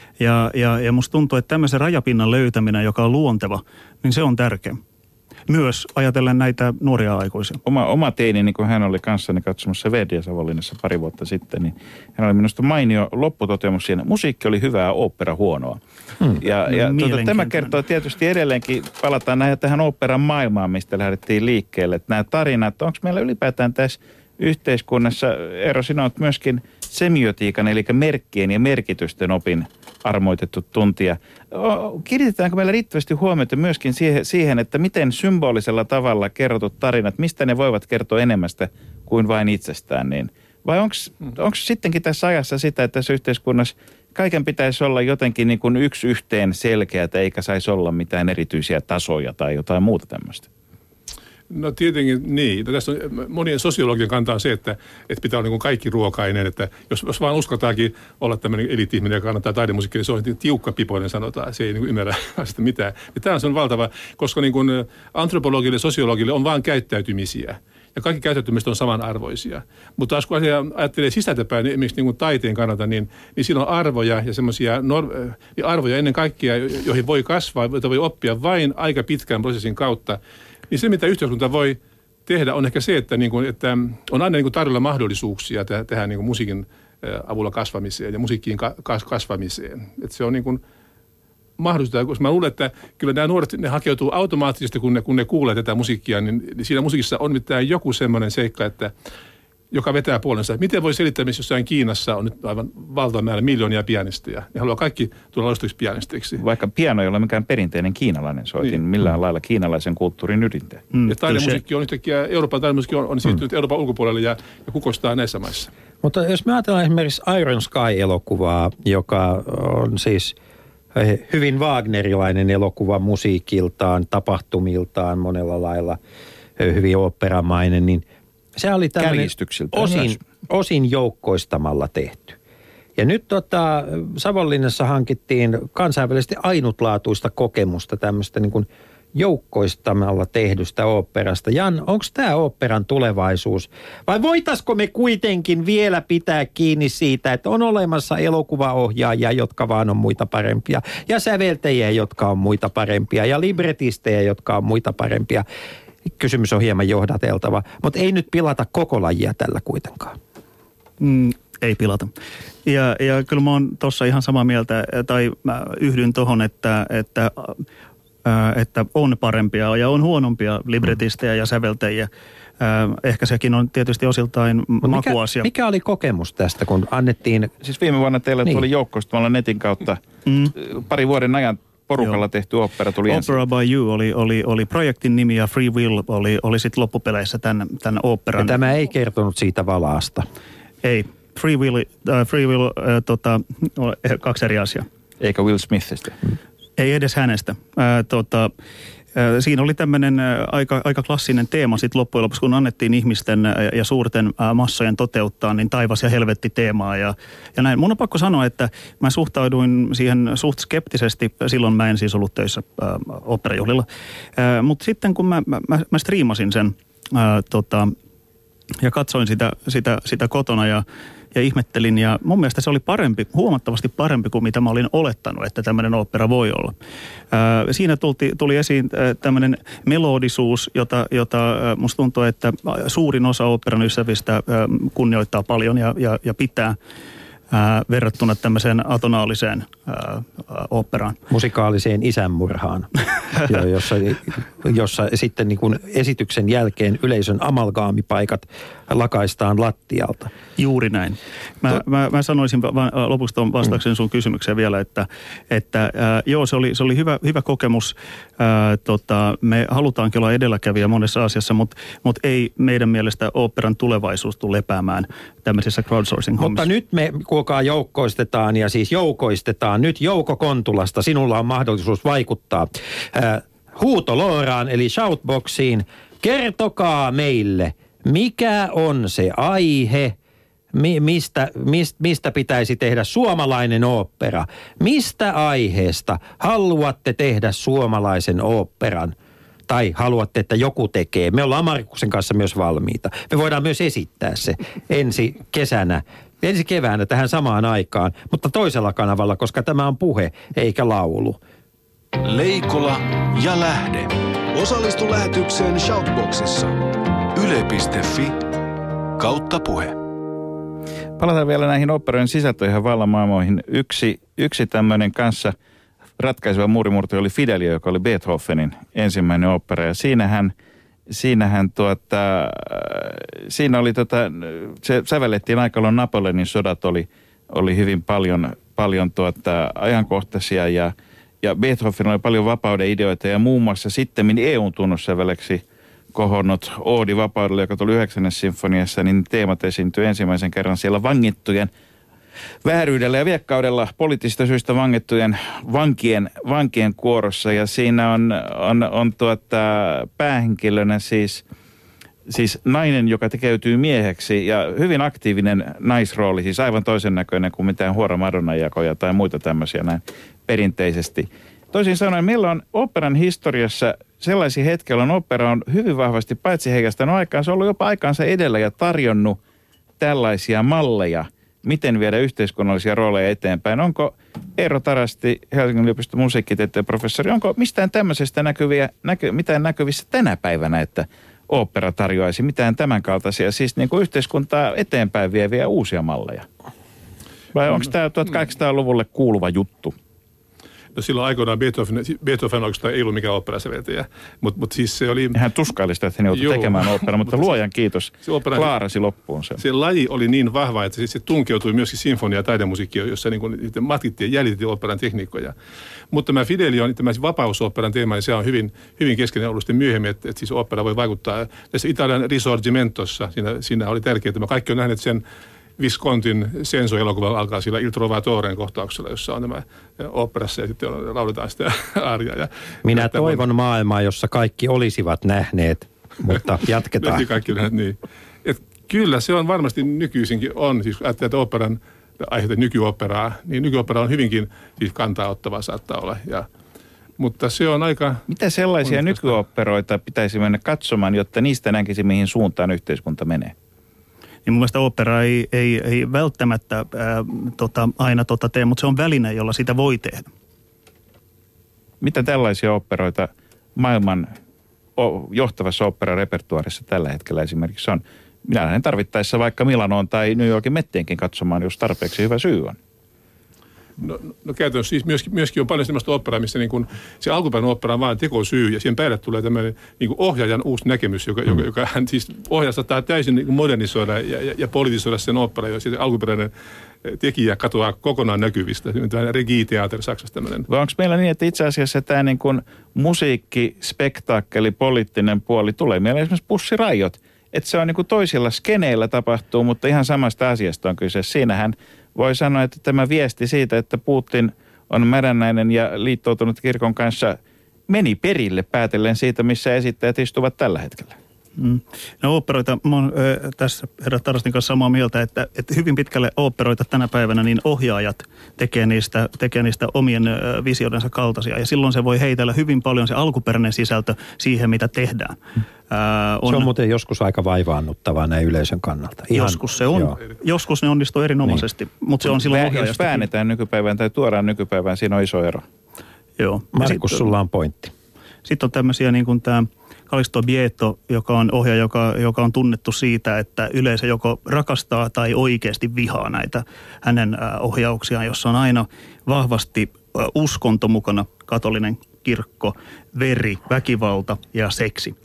Ja musta tuntuu, että tämmöisen rajapinnan löytäminen, joka on luonteva, niin se on tärkeä. Myös ajatellen näitä nuoria aikuisia. Oma teini, niin kun hän oli kanssani katsomassa Verdiä Savonlinnassa pari vuotta sitten, niin hän oli minusta mainio lopputoteamus siinä. Musiikki oli hyvää, ooppera huonoa. Ja tämä kertoo tietysti edelleenkin, palataan tähän oopperan maailmaan, mistä lähdettiin liikkeelle. Että nämä tarinat, onko meillä ylipäätään tässä yhteiskunnassa, Eero, sinä olet myöskin semiotiikan, eli merkkien ja merkitysten opin armoitettu tuntija. Kiinnitetäänkö meillä riittävästi huomiota myöskin siihen, että miten symbolisella tavalla kerrotut tarinat, mistä ne voivat kertoa enemmästä kuin vain itsestään, niin vai onko sittenkin tässä ajassa sitä, että tässä yhteiskunnassa kaiken pitäisi olla jotenkin niin kuin yksi yhteen selkeätä, eikä saisi olla mitään erityisiä tasoja tai jotain muuta tämmöistä? No tietenkin niin. Tässä on monien sosiologien kanta on se, että pitää olla niin kuin kaikki ruokainen, että jos vaan uskotaankin olla tämmöinen eliitti-ihminen, joka kannattaa taidemusiikkia, niin se on tiukkapipoinen sanotaan, se ei niin kuin ymmärrä sitä mitään. Ja tämä on valtava, koska niin kuin antropologille ja sosiologille on vaan käyttäytymisiä. Ja kaikki käyttäytymistä on samanarvoisia. Mutta taas kun ajattelee sisältäpäin, esimerkiksi niin kuin taiteen kannalta, niin siinä on arvoja ja semmoisia arvoja ennen kaikkea, joihin voi kasvaa, joita voi oppia vain aika pitkän prosessin kautta. Niin se, mitä yhteiskunta voi tehdä, on ehkä se, että on aina tarjolla mahdollisuuksia tähän musiikin avulla kasvamiseen ja musiikkiin kasvamiseen. Että se on mahdollista, koska mä luulen, että kyllä nämä nuoret, ne hakeutuu automaattisesti, kun ne kuulee tätä musiikkia, niin siinä musiikissa on mitään joku semmoinen seikka, joka vetää puolensa. Miten voi selittää, missä jossain Kiinassa on nyt aivan valtava määrä miljoonia pianisteja. Ne haluaa kaikki tulla loistaviksi pianisteiksi. Vaikka piano ei ole mikään perinteinen kiinalainen soitin, millään lailla kiinalaisen kulttuurin ydintä. Ja taidemusiikki on yhtäkkiä, Euroopan taidemusiikki on siirtynyt Euroopan ulkopuolelle ja kukoistaa näissä maissa. Mutta jos me ajatellaan esimerkiksi Iron Sky-elokuvaa, joka on siis hyvin wagnerilainen elokuva musiikiltaan, tapahtumiltaan, monella lailla hyvin oopperamainen, niin se oli tämmöinen osin joukkoistamalla tehty. Ja nyt Savonlinnassa hankittiin kansainvälisesti ainutlaatuista kokemusta tämmöistä niin kuin joukkoistamalla tehdystä oopperasta. Jan, onko tämä oopperan tulevaisuus? Vai voitaisiko me kuitenkin vielä pitää kiinni siitä, että on olemassa elokuvaohjaajia, jotka vaan on muita parempia, ja säveltäjiä, jotka on muita parempia, ja libretistejä, jotka on muita parempia? Kysymys on hieman johdateltava, mutta ei nyt pilata koko lajia tällä kuitenkaan. Ei pilata. Ja kyllä mä oon tuossa ihan samaa mieltä, tai mä yhdyn tuohon, että on parempia ja on huonompia libretistejä ja säveltäjiä. Ehkä sekin on tietysti osiltain makuasia. Mikä oli kokemus tästä, kun annettiin? Siis viime vuonna teillä tuli joukkoistamalla netin kautta pari vuoden ajan porukalla tehty opera tuli ensin. Opera by You oli projektin nimi ja Free Will oli sitten loppupeleissä tämän oopperan. Ja tämä ei kertonut siitä valaasta. Ei. Free Will kaksi eri asiaa. Eikä Will Smithistä. Ei edes hänestä. Siinä oli tämmöinen aika klassinen teema sitten loppujen lopuksi, kun annettiin ihmisten ja suurten massojen toteuttaa, niin taivas ja helvetti teemaa ja näin. Mun on pakko sanoa, että mä suhtauduin siihen suht skeptisesti, silloin mä en siis ollut töissä oopperajuhlilla, mutta sitten kun mä striimasin sen ja katsoin sitä kotona ja ihmettelin. Ja mun mielestä se oli huomattavasti parempi kuin mitä mä olin olettanut, että tämmöinen ooppera voi olla. Siinä tuli esiin tämmöinen melodisuus, jota musta tuntuu, että suurin osa oopperan ystävistä kunnioittaa paljon ja pitää. Verrattuna tämmöiseen atonaaliseen oopperaan. Musikaaliseen isänmurhaan, jossa sitten niin kuin esityksen jälkeen yleisön amalgaamipaikat lakaistaan lattialta. Juuri näin. Mä sanoisin lopuksi tuon vastauksen sun kysymykseen vielä, että joo, se oli hyvä kokemus. Me halutaankin olla edelläkävijä monessa asiassa, mutta ei meidän mielestä oopperan tulevaisuus tule lepäämään tämmöisessä crowdsourcing-hommissa. Mutta nyt me kuulkaa joukkoistetaan ja siis joukoistetaan. Nyt Jouko Kontulasta sinulla on mahdollisuus vaikuttaa huutolooraan eli shoutboxiin. Kertokaa meille, mikä on se aihe, mistä pitäisi tehdä suomalainen ooppera? Mistä aiheesta haluatte tehdä suomalaisen oopperan? Tai haluatte, että joku tekee. Me ollaan Markuksen kanssa myös valmiita. Me voidaan myös esittää se ensi keväänä tähän samaan aikaan, mutta toisella kanavalla, koska tämä on puhe eikä laulu. Leikola ja Lähde. Osallistu lähetykseen Shoutboxissa. yle.fi/puhe. Palataan vielä näihin oopperojen sisältöihin ja vallamaailmoihin. Yksi tämmöinen kanssa ratkaiseva muurimurto oli Fidelio, joka oli Beethovenin ensimmäinen ooppera. Ja siinä oli se sävellettiin aika paljon, Napoleonin sodat oli hyvin paljon ajankohtaisia ja Beethoven oli paljon vapauden ideoita ja muun muassa sittemmin EU-tunnussäveleksi kohonnut Oodi vapaudelle, joka tuli 9. sinfoniassa, niin teemat esiintyi ensimmäisen kerran siellä vangittujen vääryydellä ja viekkaudella poliittisista syistä vangittujen vankien kuorossa. Ja siinä on päähenkilönä siis nainen, joka tekeytyy mieheksi ja hyvin aktiivinen naisrooli, siis aivan toisen näköinen kuin mitään Huora Madonna-jakoja tai muita tämmöisiä näin perinteisesti. Toisin sanoen, meillä on oopperan historiassa sellaisia hetkiä, jolloin opera on hyvin vahvasti paitsi heikästänyt aikaan, se on ollut jopa aikaansa edellä ja tarjonnut tällaisia malleja, miten viedä yhteiskunnallisia rooleja eteenpäin. Onko Eero Tarasti, Helsingin yliopiston musiikkitieteen professori, onko mistään tämmöisestä mitään näkyvissä tänä päivänä, että opera tarjoaisi mitään tämän kaltaisia, siis niin kuin yhteiskuntaa eteenpäin vieviä uusia malleja? Vai onko tämä 1800-luvulle kuuluva juttu? No silloin aikoinaan Beethoven oikeastaan ei ollut mikään oopperasäveltäjä, mutta siis se oli... Hän tuskaili sitä, että hän joutui tekemään ooppera, mutta luojan kiitos, klaarasi loppuun sen. Se laji oli niin vahva, että se tunkeutui myöskin sinfonia- ja taidemusiikkia, jossa niin matkittiin ja jäljittiin oopperan tekniikkoja. Mutta tämä Fidelion, tämä vapausoopperan teema, niin se on hyvin, hyvin keskeinen ollut sitten myöhemmin, että siis ooppera voi vaikuttaa. Tässä Italian Risorgimentossa, siinä oli tärkeää, että me kaikki on nähneet sen Viscontin Senso-elokuva alkaa sillä Il Trovatoren kohtauksella, jossa on nämä oopperassa ja sitten lauletaan sitä aaria. Minä toivon maailmaa, jossa kaikki olisivat nähneet, mutta jatketaan. Kaikki nähneet, niin. Kyllä se on varmasti nykyisinkin on, siis ajattelee, että oopperan aiheuttaa nykyoopperaa, niin nykyooppera on hyvinkin siis kantaa ottavaa saattaa olla. Mutta se on aika... Mitä sellaisia nykyoopperoita pitäisi mennä katsomaan, jotta niistä näkisi, mihin suuntaan yhteiskunta menee? Niin mun mielestä opera ei välttämättä aina tee, mutta se on väline, jolla sitä voi tehdä. Mitä tällaisia operoita maailman johtavassa operarepertuaarissa tällä hetkellä esimerkiksi on? Minä lähden tarvittaessa vaikka Milanoon tai New Yorkin Mettiinkin katsomaan, jos tarpeeksi hyvä syy on. No käytännössä siis myöskin on paljon sellaista operaa, missä niin kuin se alkuperäinen opera on vain tekosyy ja siihen päälle tulee tämmöinen niin kuin ohjaajan uusi näkemys, joka hän siis ohjaaja saattaa täysin niin kuin modernisoida ja politisoida sen opera, ja sitten alkuperäinen tekijä katoaa kokonaan näkyvistä. Tämä Regie-teater Saksassa tämmöinen. Vai onko meillä niin, että itse asiassa tämä niin kuin musiikki, spektaakkeli, poliittinen puoli tulee mieleen esimerkiksi Pussiraiot, että se on niin kuin toisilla skeneillä tapahtuu, mutta ihan samasta asiasta on kyse. Siinähän voi sanoa, että tämä viesti siitä, että Putin on mädännäinen ja liittoutunut kirkon kanssa meni perille päätellen siitä, missä esittäjät istuvat tällä hetkellä. No oopperoita, mä oon tässä herra Tarastin kanssa samaa mieltä, että hyvin pitkälle oopperoita tänä päivänä niin ohjaajat tekee niistä omien visioidensa kaltaisia. Ja silloin se voi heitellä hyvin paljon se alkuperäinen sisältö siihen, mitä tehdään. Se on muuten joskus aika vaivaannuttavaa näin yleisön kannalta. Joskus se on. Joo. Joskus ne onnistuu erinomaisesti, mutta se on silloin ohjaajastakin. Jos väännetään nykypäivään tai tuodaan nykypäivään, siinä on iso ero. Joo. Markus, sulla on pointti. Sitten on tämmöisiä niin kuin tämä Calixto Bietto, joka on ohjaaja, joka on tunnettu siitä, että yleisö joko rakastaa tai oikeasti vihaa näitä hänen ohjauksiaan, jossa on aina vahvasti uskonto mukana, katolinen kirkko, veri, väkivalta ja seksi.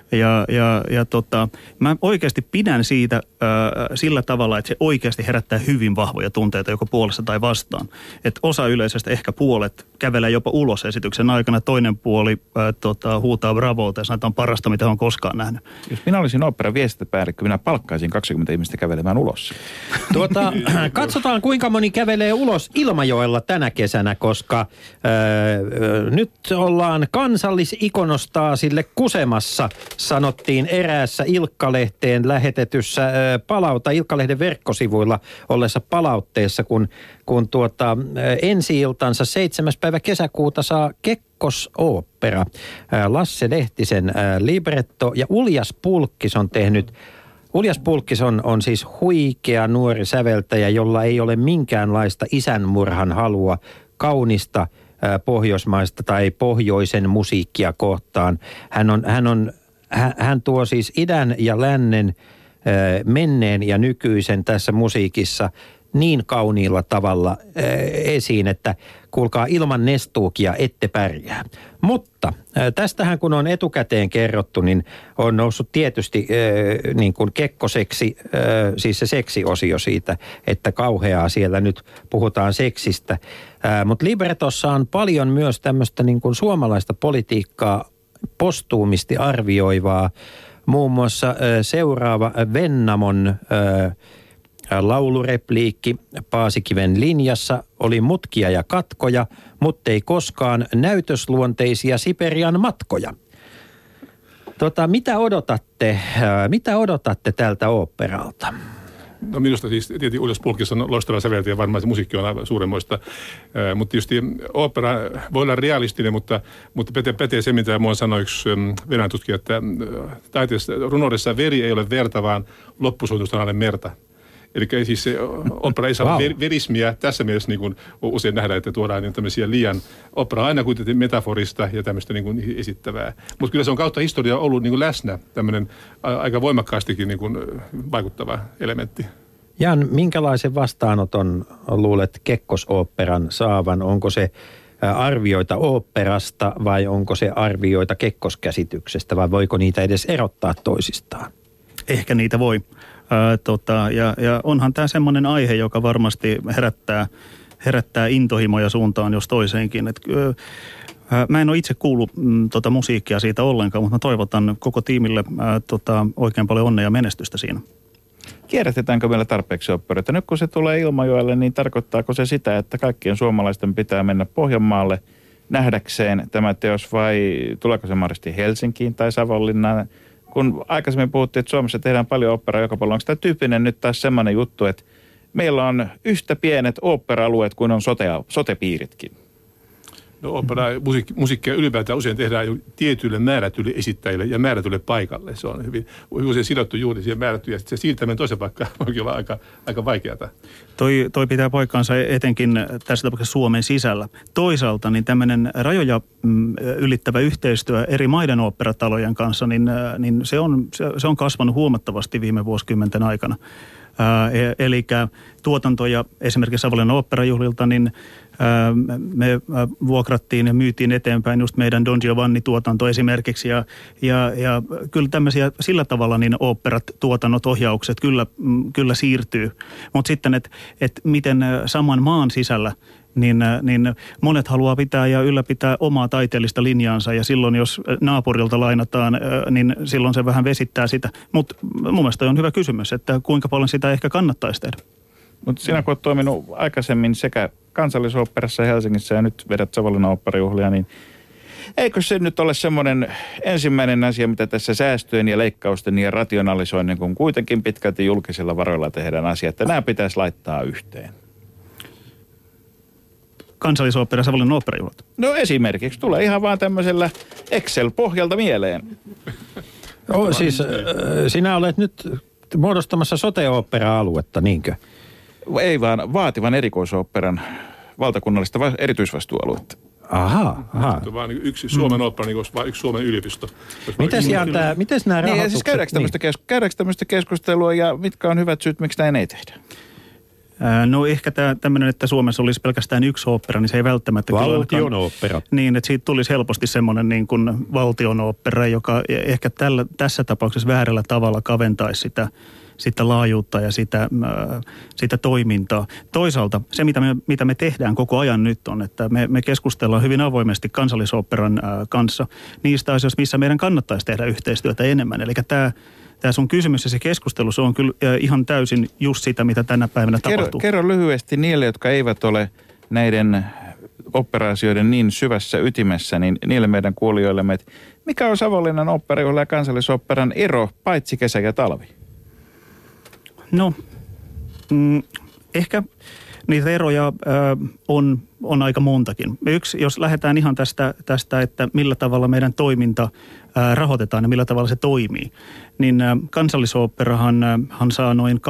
Mä oikeasti pidän siitä sillä tavalla, että se oikeasti herättää hyvin vahvoja tunteita joko puolesta tai vastaan. Että osa yleisöstä, ehkä puolet, kävelee jopa ulos esityksen aikana, toinen puoli huutaa bravoota ja sanoo, että on parasta, mitä on koskaan nähnyt. Jos minä olisin oopperan viestintäpäällikkö, minä palkkaisin 20 ihmistä kävelemään ulos. Katsotaan, kuinka moni kävelee ulos Ilmajoella tänä kesänä, koska nyt ollaan kansallisikonostaasille kusemassa, sanottiin eräässä Ilkka-lehteen lähetetyssä Ilkka-lehden verkkosivuilla olleessa palautteessa, kun ensi-iltansa 7. päivä kesäkuuta saa Kekkosooppera. Lasse Lehtisen libretto ja Uljas Pulkkis on tehnyt. Uljas Pulkkis on siis huikea nuori säveltäjä, jolla ei ole minkäänlaista isänmurhan halua kaunista pohjoismaista tai pohjoisen musiikkia kohtaan. Hän tuo siis idän ja lännen, menneen ja nykyisen tässä musiikissa niin kauniilla tavalla esiin, että kuulkaa, ilman Nestuukia ette pärjää. Mutta tästähän kun on etukäteen kerrottu, niin on noussut tietysti niin kuin kekkoseksi, siis se seksiosio siitä, että kauheaa siellä nyt puhutaan seksistä. Mutta libretossa on paljon myös tämmöistä niin kuin suomalaista politiikkaa postuumisti arvioivaa. Muun muassa seuraava Vennamon laulurepliikki Paasikiven linjassa oli mutkia ja katkoja, mutta ei koskaan näytösluonteisia Siperian matkoja. Mitä odotatte tältä oopperalta? No minusta siis tietenkin Uljas Pulkkis on loistava säveltäjä, varmaan se musiikki on aivan suuremmoista. Mutta tietysti opera voi olla realistinen, mutta pätee se, mitä minua sanoi yksi venäjän tutkija, että taiteessa, runoudessa veri ei ole verta, vaan loppusuunnitelmallinen merta. Eli siis se opera ei saa verismiä tässä mielessä, niin kuin usein nähdään, että tuodaan niin tämmöisiä liian, opera aina kuitenkin metaforista ja tämmöistä niin kuin esittävää. Mutta kyllä se on kautta historiaa ollut niin kuin läsnä, tämmöinen aika voimakkaastikin niin kuin vaikuttava elementti. Jan, minkälaisen vastaanoton luulet Kekkosoopperan saavan? Onko se arvioita oopperasta vai onko se arvioita kekkoskäsityksestä vai voiko niitä edes erottaa toisistaan? Ehkä niitä voi. Ja onhan tämä semmoinen aihe, joka varmasti herättää intohimoja suuntaan jos toiseenkin. Mä en ole itse kuullut musiikkia siitä ollenkaan, mutta mä toivotan koko tiimille oikein paljon onnea ja menestystä siinä. Kierrätetäänkö meillä tarpeeksi oopperoita? Nyt kun se tulee Ilmajoelle, niin tarkoittaako se sitä, että kaikkien suomalaisten pitää mennä Pohjanmaalle nähdäkseen tämä teos vai tuleeko se mahdollisesti Helsinkiin tai Savonlinnaan? Kun aikaisemmin puhuttiin, että Suomessa tehdään paljon oopperaa joka puolella, onko tämä tyyppinen nyt taas semmoinen juttu, että meillä on yhtä pienet ooppera-alueet kuin on sote-piiritkin? No musiikkia ylipäätään usein tehdään jo tietyille määrätyille esittäjille ja määrätylle paikalle. Se on hyvin usein sidottu juuri siihen määrättyyn ja se siirtäminen toisen paikkaan voikin olla aika vaikeata. Toi pitää paikkaansa etenkin tässä tapauksessa Suomen sisällä. Toisaalta niin tämmöinen rajoja ylittävä yhteistyö eri maiden oopperatalojen kanssa, niin se on kasvanut huomattavasti viime vuosikymmenten aikana. Eli tuotantoja esimerkiksi Savonlinnan oopperajuhlilta, niin me vuokrattiin ja myytiin eteenpäin just meidän Don Giovanni-tuotanto esimerkiksi. Ja kyllä tämmöisiä sillä tavalla niin oopperat, tuotannot, ohjaukset kyllä siirtyy. Mutta sitten, että miten saman maan sisällä niin monet haluaa pitää ja ylläpitää omaa taiteellista linjaansa ja silloin jos naapurilta lainataan, niin silloin se vähän vesittää sitä. Mutta mun mielestä on hyvä kysymys, että kuinka paljon sitä ehkä kannattaisi tehdä. Mutta sinä kun olet toiminut aikaisemmin sekä Kansallisoopperassa Helsingissä ja nyt vedät Savonlinnan oopperajuhlia, niin eikö se nyt ole semmoinen ensimmäinen asia, mitä tässä säästöjen ja leikkausten ja rationalisoinnin, kun kuitenkin pitkälti julkisilla varoilla tehdään asia, että nämä pitäisi laittaa yhteen? Kansallisooppera, Savonlinnan oopperajuhlat? No esimerkiksi tulee ihan vaan tämmöisellä Excel-pohjalta mieleen. Siis sinä olet nyt muodostamassa sote-opera-aluetta, niinkö? Ei vaan vaativan erikoisoopperan valtakunnallista erityisvastuualuetta. Aha. Se on vaan yksi Suomen opera, niin kuin yksi Suomen yliopisto. Mites nämä rahoitukset? Niin, siis käydäänkö tämmöistä keskustelua ja mitkä on hyvät syyt, miksi näin ei tehdä? No ehkä tämmöinen, että Suomessa olisi pelkästään yksi opera, niin se ei välttämättä... Valtionopera. Niin, että siitä tulisi helposti semmoinen niin kuin valtionopera, joka ehkä tässä tapauksessa väärällä tavalla kaventaisi sitä laajuutta ja sitä toimintaa. Toisaalta se, mitä me tehdään koko ajan nyt on, että me keskustellaan hyvin avoimesti Kansallisoopperan kanssa niistä asioista, missä meidän kannattaisi tehdä yhteistyötä enemmän. Eli tämä sun kysymys ja se keskustelu, se on kyllä ihan täysin just sitä, mitä tänä päivänä tapahtuu. Kerro lyhyesti niille, jotka eivät ole näiden operaatioiden niin syvässä ytimessä, niin niille meidän kuulijoillemme, että mikä on Savonlinnan oopperajuhla ja Kansallisoopperan ero, paitsi kesä ja talvi? No, ehkä niitä eroja on aika montakin. Yksi, jos lähdetään ihan tästä, että millä tavalla meidän toiminta rahoitetaan ja millä tavalla se toimii, niin Kansallisoopperahan saa noin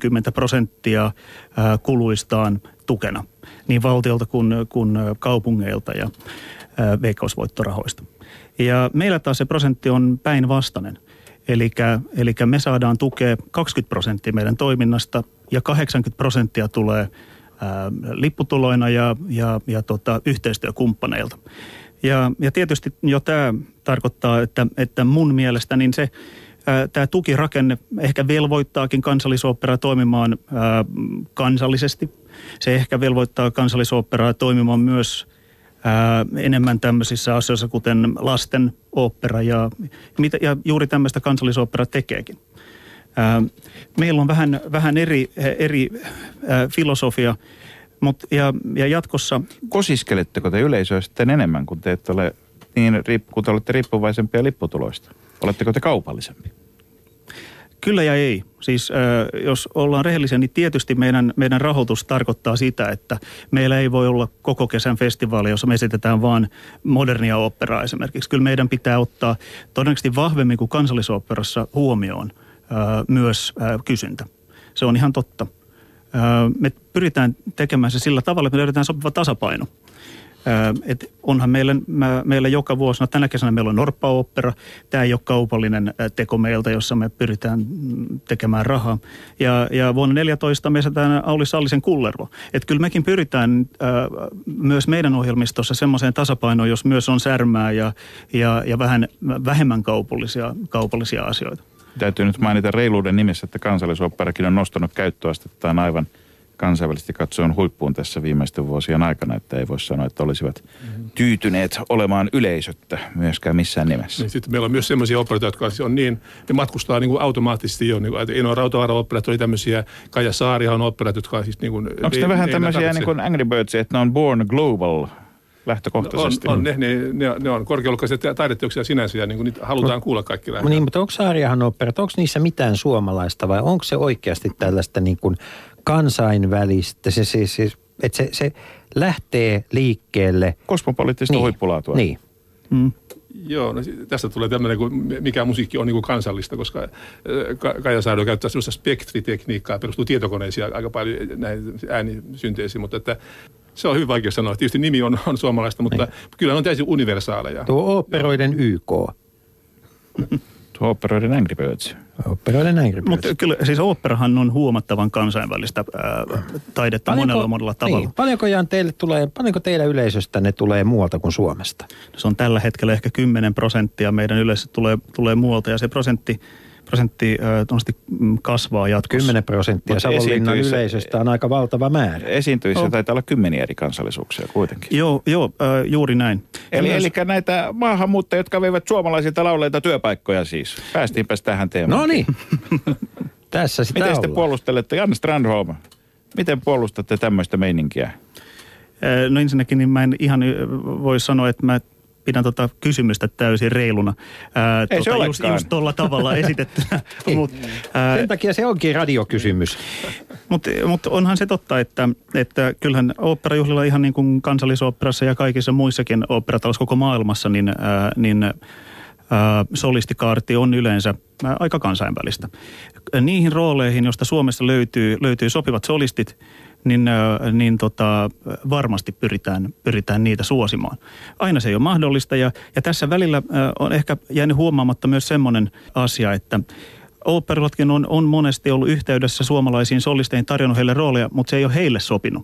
80% kuluistaan tukena, niin valtiolta kuin kaupungeilta ja veikkausvoittorahoista. Ja meillä taas se prosentti on päinvastainen. Eli me saadaan tukea 20% meidän toiminnasta ja 80% tulee lipputuloina ja yhteistyökumppaneilta. Ja tietysti jo tämä tarkoittaa, että mun mielestä niin tämä tukirakenne ehkä velvoittaakin Kansallisoopperaa toimimaan kansallisesti. Se ehkä velvoittaa Kansallisoopperaa toimimaan myös enemmän tämmöisissä asioissa, kuten lasten opera ja juuri tämmöistä Kansallisooppera tekeekin. Meillä on vähän eri filosofia, ja jatkossa... Kosiskeletteko te yleisöä sitten enemmän, kun te olette riippuvaisempia lipputuloista? Oletteko te kaupallisempi? Kyllä ja ei. Siis jos ollaan rehellisiä, niin tietysti meidän rahoitus tarkoittaa sitä, että meillä ei voi olla koko kesän festivaali, jossa me esitetään vaan modernia oopperaa esimerkiksi. Kyllä meidän pitää ottaa todennäköisesti vahvemmin kuin Kansallisoopperassa huomioon myös kysyntä. Se on ihan totta. Me pyritään tekemään se sillä tavalla, että me löydetään sopiva tasapaino. Että onhan meillä joka vuosina, tänä kesänä meillä on Norppa-ooppera, tämä ei ole kaupallinen teko meiltä, jossa me pyritään tekemään rahaa. Ja vuonna 2014 me esitetään Auli Sallisen Kullervo. Että kyllä mekin pyritään myös meidän ohjelmistossa semmoiseen tasapainoon, jos myös on särmää ja vähän vähemmän kaupallisia asioita. Täytyy nyt mainita reiluuden nimessä, että Kansallisoopperakin on nostanut käyttöastettaan aivan kansainvälisesti katsoen huippuun tässä viimeisten vuosien aikana, että ei voi sanoa, että olisivat tyytyneet olemaan yleisöttä myöskään missään nimessä. Niin, sitten meillä on myös sellaisia operoita, jotka on niin, ne matkustaa niin kuin automaattisesti jo. Niin kuin, Eino Rautavaara-operat oli tämmöisiä, Kaija Saarihan on operat, jotka on siis niin kuin... Onko ne vähän tämmöisiä niin kuin Angry Birds, että ne on born global lähtökohtaisesti? Ne on korkealuokkaisia taideteoksia sinänsä ja niin kuin niitä halutaan kuulla kaikki lähdetään. Niin, mutta onko Saariahan operat, onko niissä mitään suomalaista vai onko se oikeasti tällaista niin kuin kansainvälistä, että se lähtee liikkeelle. Kosmopoliittista huippulaatua. Niin. Joo, no tästä tulee tämmöinen, mikä musiikki on niin kuin kansallista, koska Kaija Saari käyttää sellaista spektritekniikkaa, perustuu tietokoneisiin aika paljon näihin äänisynteisiin, mutta että se on hyvin vaikea sanoa. Tietysti nimi on suomalaista, mutta kyllä ne on täysin universaaleja. Tuo oopperoiden YK. Tuo oopperoiden Angry Birds. Mutta kyllä siis oopperahan on huomattavan kansainvälistä taidetta monella tavalla. Niin, paljonko teillä yleisöstä tulee muualta kuin Suomesta? Se on tällä hetkellä ehkä 10% meidän yleisöstä tulee muualta ja se prosentti kasvaa jatkossa. 10% Savonlinnan yleisöstä on aika valtava määrä. Esiintyissä taitaa olla 10 eri kansallisuuksia kuitenkin. Joo, juuri näin. Eli näitä maahanmuuttajia, jotka veivät suomalaisilta lauleita työpaikkoja siis. Päästiinpäs tähän teemaan. No niin. Tässä sitä Miten te puolustelette, Janne Strandholm? Miten puolustatte tämmöistä meininkiä? No ensinnäkin niin mä en ihan voi sanoa, että mä pidän kysymystä täysin reiluna. Ei se olekaan. Just tuolla tavalla esitettynä. Sen takia se onkin radiokysymys. Mutta onhan se totta, että kyllähän oopperajuhlilla ihan niin kuin Kansallisoopperassa ja kaikissa muissakin oopperataloissa koko maailmassa, niin solistikaarti on yleensä aika kansainvälistä. Niihin rooleihin, joista Suomessa löytyy sopivat solistit, niin varmasti pyritään niitä suosimaan. Aina se ei ole mahdollista ja tässä välillä on ehkä jäänyt huomaamatta myös semmoinen asia, että oopperatkin on monesti ollut yhteydessä suomalaisiin solisteihin, tarjonnut heille rooleja, mutta se ei ole heille sopinut.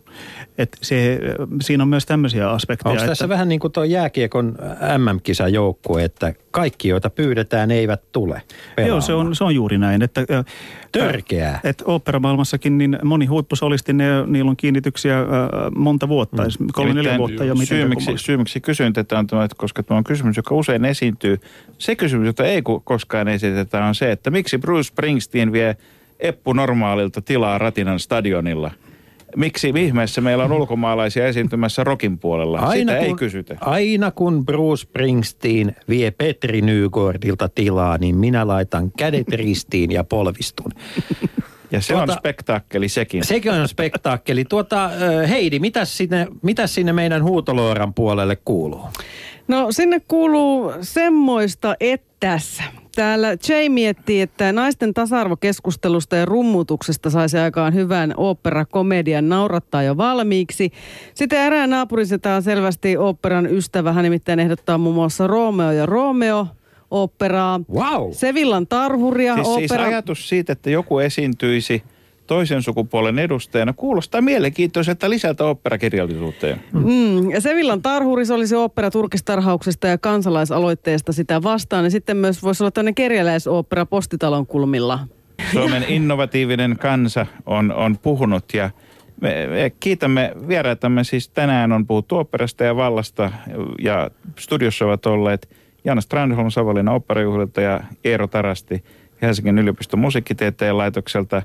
Siinä on myös tämmöisiä aspekteja. Onko tässä vähän niin kuin tuo jääkiekon MM-kisajoukkue, että kaikki, joita pyydetään, eivät tule pelaamaan? Joo, se on juuri näin. Törkeää. Että oopperamaailmassakin niin moni huippusolisti, niillä on kiinnityksiä monta vuotta, 3-4 vuotta. Ja syy, miksi kysyin tätä on, koska tämä on kysymys, joka usein esiintyy. Se kysymys, jota ei koskaan esitetä, on se, että miksi Bruce Springsteen vie Eppu Normaalilta tilaa Ratinan stadionilla? Miksi ihmeessä meillä on ulkomaalaisia esiintymässä rockin puolella? Sitä ei kysytä. Aina kun Bruce Springsteen vie Petri Nygårdilta tilaa, niin minä laitan kädet ristiin ja polvistun. Ja se on spektaakkeli sekin. Sekin on spektaakkeli. Heidi, mitäs sinne meidän huutolooran puolelle kuuluu? No sinne kuuluu semmoista, ettäs. Täällä Jay miettii, että naisten tasa-arvokeskustelusta ja rummutuksesta saisi aikaan hyvän oopperakomedian, naurattaa jo valmiiksi. Sitten erään naapurisetä on selvästi oopperan ystävä, hän nimittäin ehdottaa muun muassa Romeo ja Romeo oopperaa. Wow. Sevillan tarhuria Siis ajatus siitä, että joku esiintyisi toisen sukupuolen edustajana kuulostaa mielenkiintoiselta lisältä oopperakirjallisuuteen. Ja Sevillan tarhuris olisi ooppera turkistarhauksesta ja kansalaisaloitteesta sitä vastaan. Ja sitten myös voisi olla tämmöinen kerjäläisooppera Postitalon kulmilla. Suomen innovatiivinen kansa on puhunut ja me kiitämme vieraitamme. Siis tänään on puhuttu oopperasta ja vallasta ja studiossa ovat olleet Jaana Strandholm Savonlinnan oopperajuhlilta ja Eero Tarasti Helsingin yliopiston musiikkitieteen laitokselta.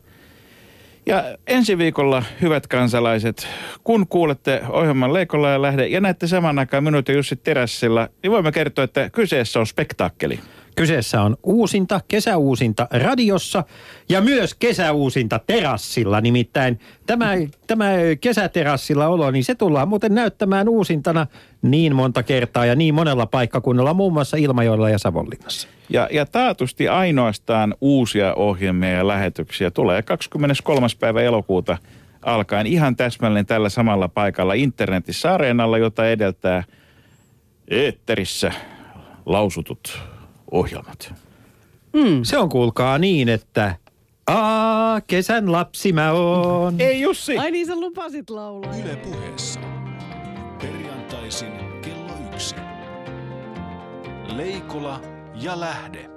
Ja ensi viikolla, hyvät kansalaiset, kun kuulette ohjelman Leikola ja Lähde ja näette saman aikaan minut ja Jussi terassilla, niin voimme kertoa, että kyseessä on spektaakkeli. Kyseessä on kesäuusinta radiossa ja myös kesäuusinta terassilla. Nimittäin tämä kesäterassilla olo, niin se tullaan muuten näyttämään uusintana niin monta kertaa ja niin monella paikkakunnalla, muun muassa Ilmajoella ja Savonlinnassa. Ja taatusti ainoastaan uusia ohjelmia ja lähetyksiä tulee 23. päivä elokuuta alkaen ihan täsmälleen tällä samalla paikalla internetissä areenalla, jota edeltää eetterissä lausutut ohjelmat. Se on kuulkaa niin, että kesän lapsi mä oon. Ei Jussi! Ai niin, sä lupasit laulaa. Yle Puheessa. Perjantaisin kello 1. Leikola ja Lähde.